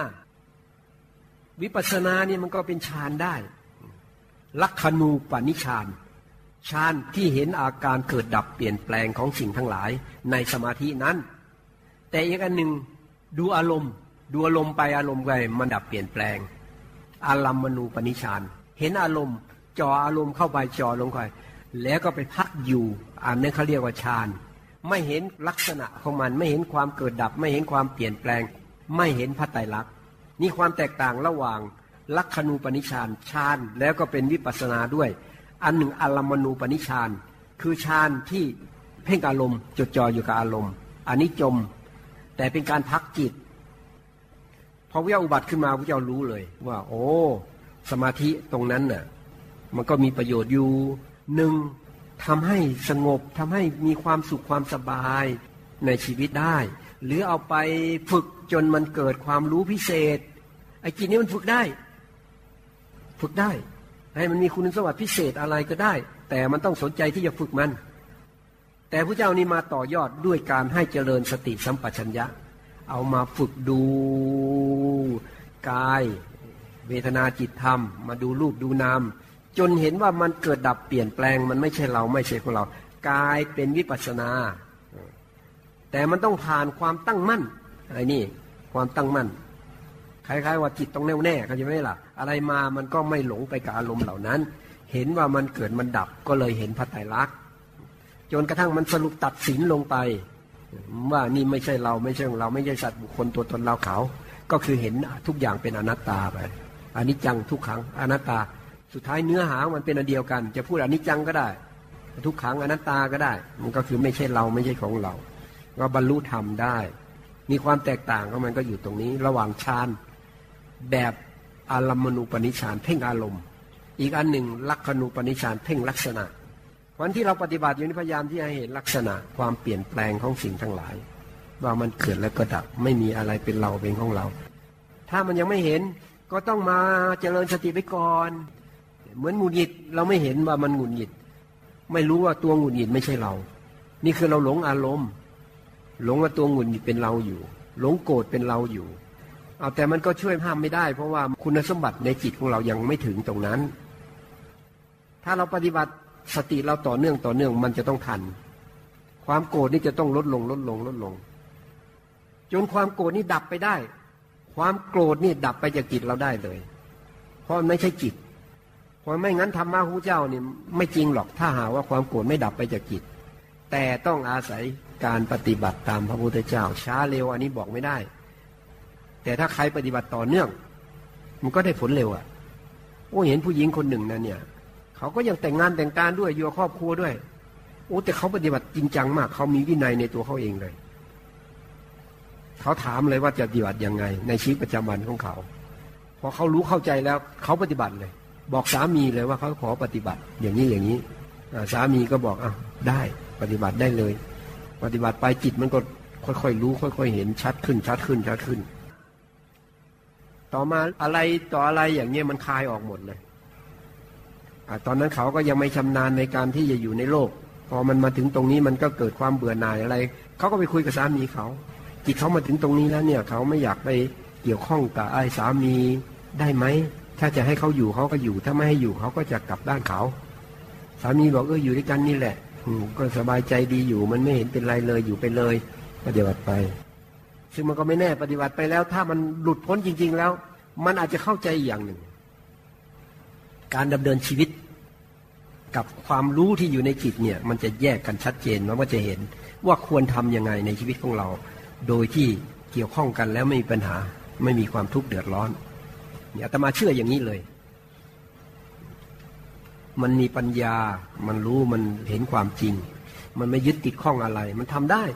Speaker 1: นี่มันก็เป็นฌานได้ลักขณูปนิชฌานฌานที่เห็นอาการเกิดดับเปลี่ยนแปลงของสิ่งทั้งหลายในสมาธินั้นแต่อีกอันหนึ่งดูอารมณ์ไปอารมณ์ไปมันดับเปลี่ยนแปลงอารัมมณูปนิชฌานเห็นอารมณ์จ่ออารมณ์เข้าไปจ่อลงไปแล้วก็ไปพักอยู่อันนั้นเขาเรียกว่าฌานไม่เห็นลักษณะของมันไม่เห็นความเกิดดับไม่เห็นความเปลี่ยนแปลงไม่เห็นพระไตรลักษณ์นี่ความแตกต่างระหว่างลักขณูปนิชฌานฌานแล้วก็เป็นวิปัสสนาด้วยอันหนึ่งอารัมมณูปนิชฌานคือฌานที่เพ่งอารมณ์จดจ่ออยู่กับอารมณ์อันนี้จมแต่เป็นการพักจิตพอวิญญาณอุบัติขึ้นมาพระเจ้ารู้เลยว่าโอ้สมาธิตรงนั้นน่ะมันก็มีประโยชน์อยู่หนึ่งทำให้สงบทำให้มีความสุขความสบายในชีวิตได้หรือเอาไปฝึกจนมันเกิดความรู้พิเศษไอ้จิตนี้มันฝึกได้ให้มันมีคุณสมบัติพิเศษอะไรก็ได้แต่มันต้องสนใจที่จะฝึกมันแต่พระเจ้านี่มาต่อยอดด้วยการให้เจริญสติสัมปชัญญะเอามาฝึกดูกายเวทนาจิตธรรมมาดูรูปดูนามจนเห็นว่ามันเกิดดับเปลี่ยนแปลงมันไม่ใช่เราไม่ใช่ของเรากายเป็นวิปัสสนาแต่มันต้องผ่านความตั้งมั่นไอ้นี่ความตั้งมั่นคล้ายๆว่าจิตต้องแน่วแน่เข้าใจไหมล่ะอะไรมามันก็ไม่หลงไปกับอารมณ์เหล่านั้นเห็นว่ามันเกิดมันดับก็เลยเห็นพระไตรลักษณ์จนกระทั่งมันสรุปตัดสินลงไปว่านี่ไม่ใช่เราไม่ใช่ของเราไม่ใช่สัตว์บุคคลตัวตนเราเขาก็คือเห็นทุกอย่างเป็นอนัตตาไปอนิจจังทุกขังอนัตตาสุดท้ายเนื้อหามันเป็นอันเดียวกันจะพูดอนิจจังก็ได้ทุกขังอนัตตาก็ได้มันก็คือไม่ใช่เราไม่ใช่ของเราก็บรรลุธรรมได้มีความแตกต่างของมันก็อยู่ตรงนี้ระหว่างฌานแบบอารัมมณูปนิชฌานเพ่งอารมณ์อีกอันหนึ่งลักขณูปนิชฌานเพ่งลักษณะวันที่เราปฏิบัติอยู่นี่พยายามที่จะเห็นลักษณะความเปลี่ยนแปลงของสิ่งทั้งหลายว่ามันเกิดแล้วก็ดับไม่มีอะไรเป็นเราเป็นของเราถ้ามันยังไม่เห็นก็ต้องมาเจริญสติไปก่อนเหมือนหงุดหงิดเราไม่เห็นว่ามันหงุดหงิดไม่รู้ว่าตัวหงุดหงิดไม่ใช่เรานี่คือเราหลงอารมณ์หลงว่าตัวหงุดหงิดเป็นเราอยู่หลงโกรธเป็นเราอยู่เอาแต่มันก็ช่วยห้ามไม่ได้เพราะว่าคุณสมบัติในจิตของเรายังไม่ถึงตรงนั้นถ้าเราปฏิบัติสติเราต่อเนื่องมันจะต้องทันความโกรธนี่จะต้องลดลงจนความโกรธนี่ดับไปได้ความโกรธนี่ดับไปจากจิตเราได้เลยเพราะมันไม่ใช่จิตเพราะไม่งั้นธรรมะของเจ้านี่ไม่จริงหรอกถ้าหาว่าความโกรธไม่ดับไปจากจิตแต่ต้องอาศัยการปฏิบัติตามพระพุทธเจ้าช้าเร็วอันนี้บอกไม่ได้แต่ถ้าใครปฏิบัติต่อเนื่องมันก็ได้ผลเร็วอ่ะโอ้เห็นผู้หญิงคนหนึ่งนะเนี่ยเขาก็ยังแต่งงานแต่งการด้วยอยู่ครอบครัวด้วยโอ้แต่เขาปฏิบัติจริงจังมากเขามีวินัยในตัวเขาเองเลยเขาถามเลยว่าจะปฏิบัติยังไงในชีวิตประจำวันของเขาพอเขารู้เข้าใจแล้วเขาปฏิบัติเลยบอกสามีเลยว่าเขาขอปฏิบัติอย่างนี้สามีก็บอกอ้าวได้ปฏิบัติได้เลยปฏิบัติไปจิตมันก็ค่อยๆรู้ค่อยๆเห็นชัดขึ้นต่อมาอะไรต่ออะไรอย่างเงี้ยมันคลายออกหมดเลยตอนนั้นเขาก็ยังไม่ชำนาญในการที่จะอยู่ในโลกพอมันมาถึงตรงนี้มันก็เกิดความเบื่อหน่ายอะไรเขาก็ไปคุยกับสามีเขาจิตเขามาถึงตรงนี้แล้วเนี่ยเขาไม่อยากไปเกี่ยวข้องกับไอ้สามีได้ไหมถ้าจะให้เขาอยู่เขาก็อยู่ถ้าไม่ให้อยู่เขาก็จะกลับด้านเขาสามีบอกอยู่ด้วยกันนี่แหละก็สบายใจดีอยู่มันไม่เห็นเป็นไรเลยอยู่ไปเลยปฏิบัติไปซึ่งมันก็ไม่แน่ปฏิบัติไปแล้วถ้ามันหลุดพ้นจริงๆแล้วมันอาจจะเข้าใจอย่างหนึ่งการดำเนินชีวิตกับความรู้ที่อยู่ในจิตเนี่ยมันจะแยกกันชัดเจนมันก็จะเห็นว่าควรทำยังไงในชีวิตของเราโดยที่เกี่ยวข้องกันแล้วไม่มีปัญหาไม่มีความทุกข์เดือดร้อนเนี่ยอาตมาเชื่ออย่างนี้เลยมันมีปัญญามันรู้มันเห็นความจริงมันไม่ยึดติดข้องอะไรมันทำได้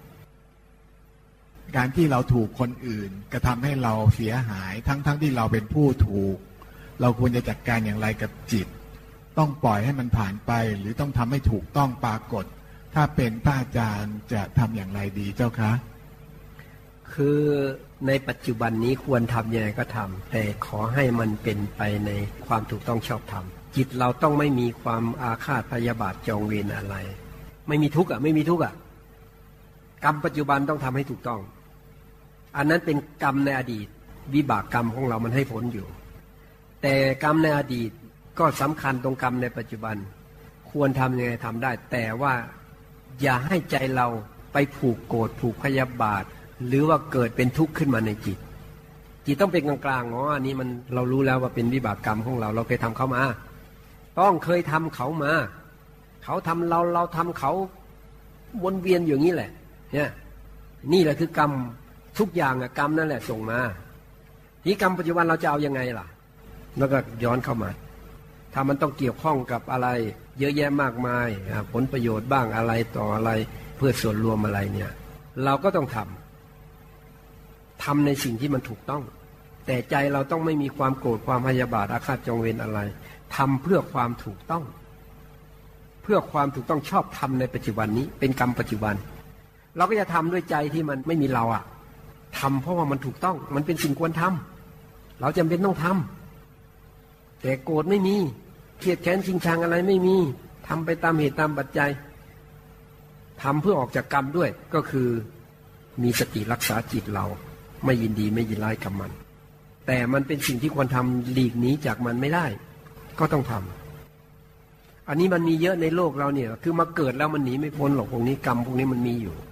Speaker 2: การที่เราถูกคนอื่นกระทำให้เราเสียหายทั้งที่เราเป็นผู้ถูกเราควรจะจัดการอย่างไรกับจิตต้องปล่อยให้มันผ่านไปหรือต้องทำให้ถูกต้องปรากฏถ้าเป็นพระอาจารย์จะทำอย่างไรดีเจ้าคะ
Speaker 1: คือในปัจจุบันนี้ควรทำยังไงก็ทำแต่ขอให้มันเป็นไปในความถูกต้องชอบธรรมจิตเราต้องไม่มีความอาฆาตพยาบาทจองเวรอะไรไม่มีทุกข์ไม่มีทุกข์กรรมปัจจุบันต้องทำให้ถูกต้องอันนั้นเป็นกรรมในอดีตวิบากกรรมของเรามันให้ผลอยู่แต่กรรมในอดีตก็สำคัญตรงกรรมในปัจจุบันควรทำยังไงทำได้แต่ว่าอย่าให้ใจเราไปผูกโกรธผูกพยาบาทหรือว่าเกิดเป็นทุกข์ขึ้นมาในจิตต้องเป็นกลางๆอันนี้มันเรารู้แล้วว่าเป็นวิบากกรรมของเราเคยทำเขามาต้องเคยทำเขามาเขาทำเราทำเขาวนเวียนอย่างนี้แหละเนี่ยนี่แหละคือกรรมทุกอย่างกรรมนั่นแหละส่งมาที่กรรมปัจจุบันเราจะเอายังไงล่ะแล้วก็ย้อนเข้ามาถ้ามันต้องเกี่ยวข้องกับอะไรเยอะแยะมากมายผลประโยชน์บ้างอะไรต่ออะไรเพื่อส่วนรวมอะไรเนี่ยเราก็ต้องทำในสิ่งที่มันถูกต้องแต่ใจเราต้องไม่มีความโกรธความพยาบาทอาฆาตจองเวรอะไรทำเพื่อความถูกต้องเพื่อความถูกต้องชอบทำในปัจจุบันนี้เป็นกรรมปัจจุบันเราก็จะทำด้วยใจที่มันไม่มีเราทำเพราะว่ามันถูกต้องมันเป็นสิ่งควรทำเราจำเป็นต้องทำแต่โกรธไม่มีเครียดแค้นชิงชังอะไรไม่มีทำไปตามเหตุตามปัจจัยทำเพื่อออกจากกรรมด้วยก็คือมีสติรักษาจิตเราไม่ยินดีไม่ยินร้ายกับมันแต่มันเป็นสิ่งที่ควรทำหลีกหนีจากมันไม่ได้ก็ต้องทำอันนี้มันมีเยอะในโลกเราเนี่ยคือมาเกิดแล้วมันหนีไม่พ้นหรอกพวกนี้กรรมพวกนี้มันมีอยู่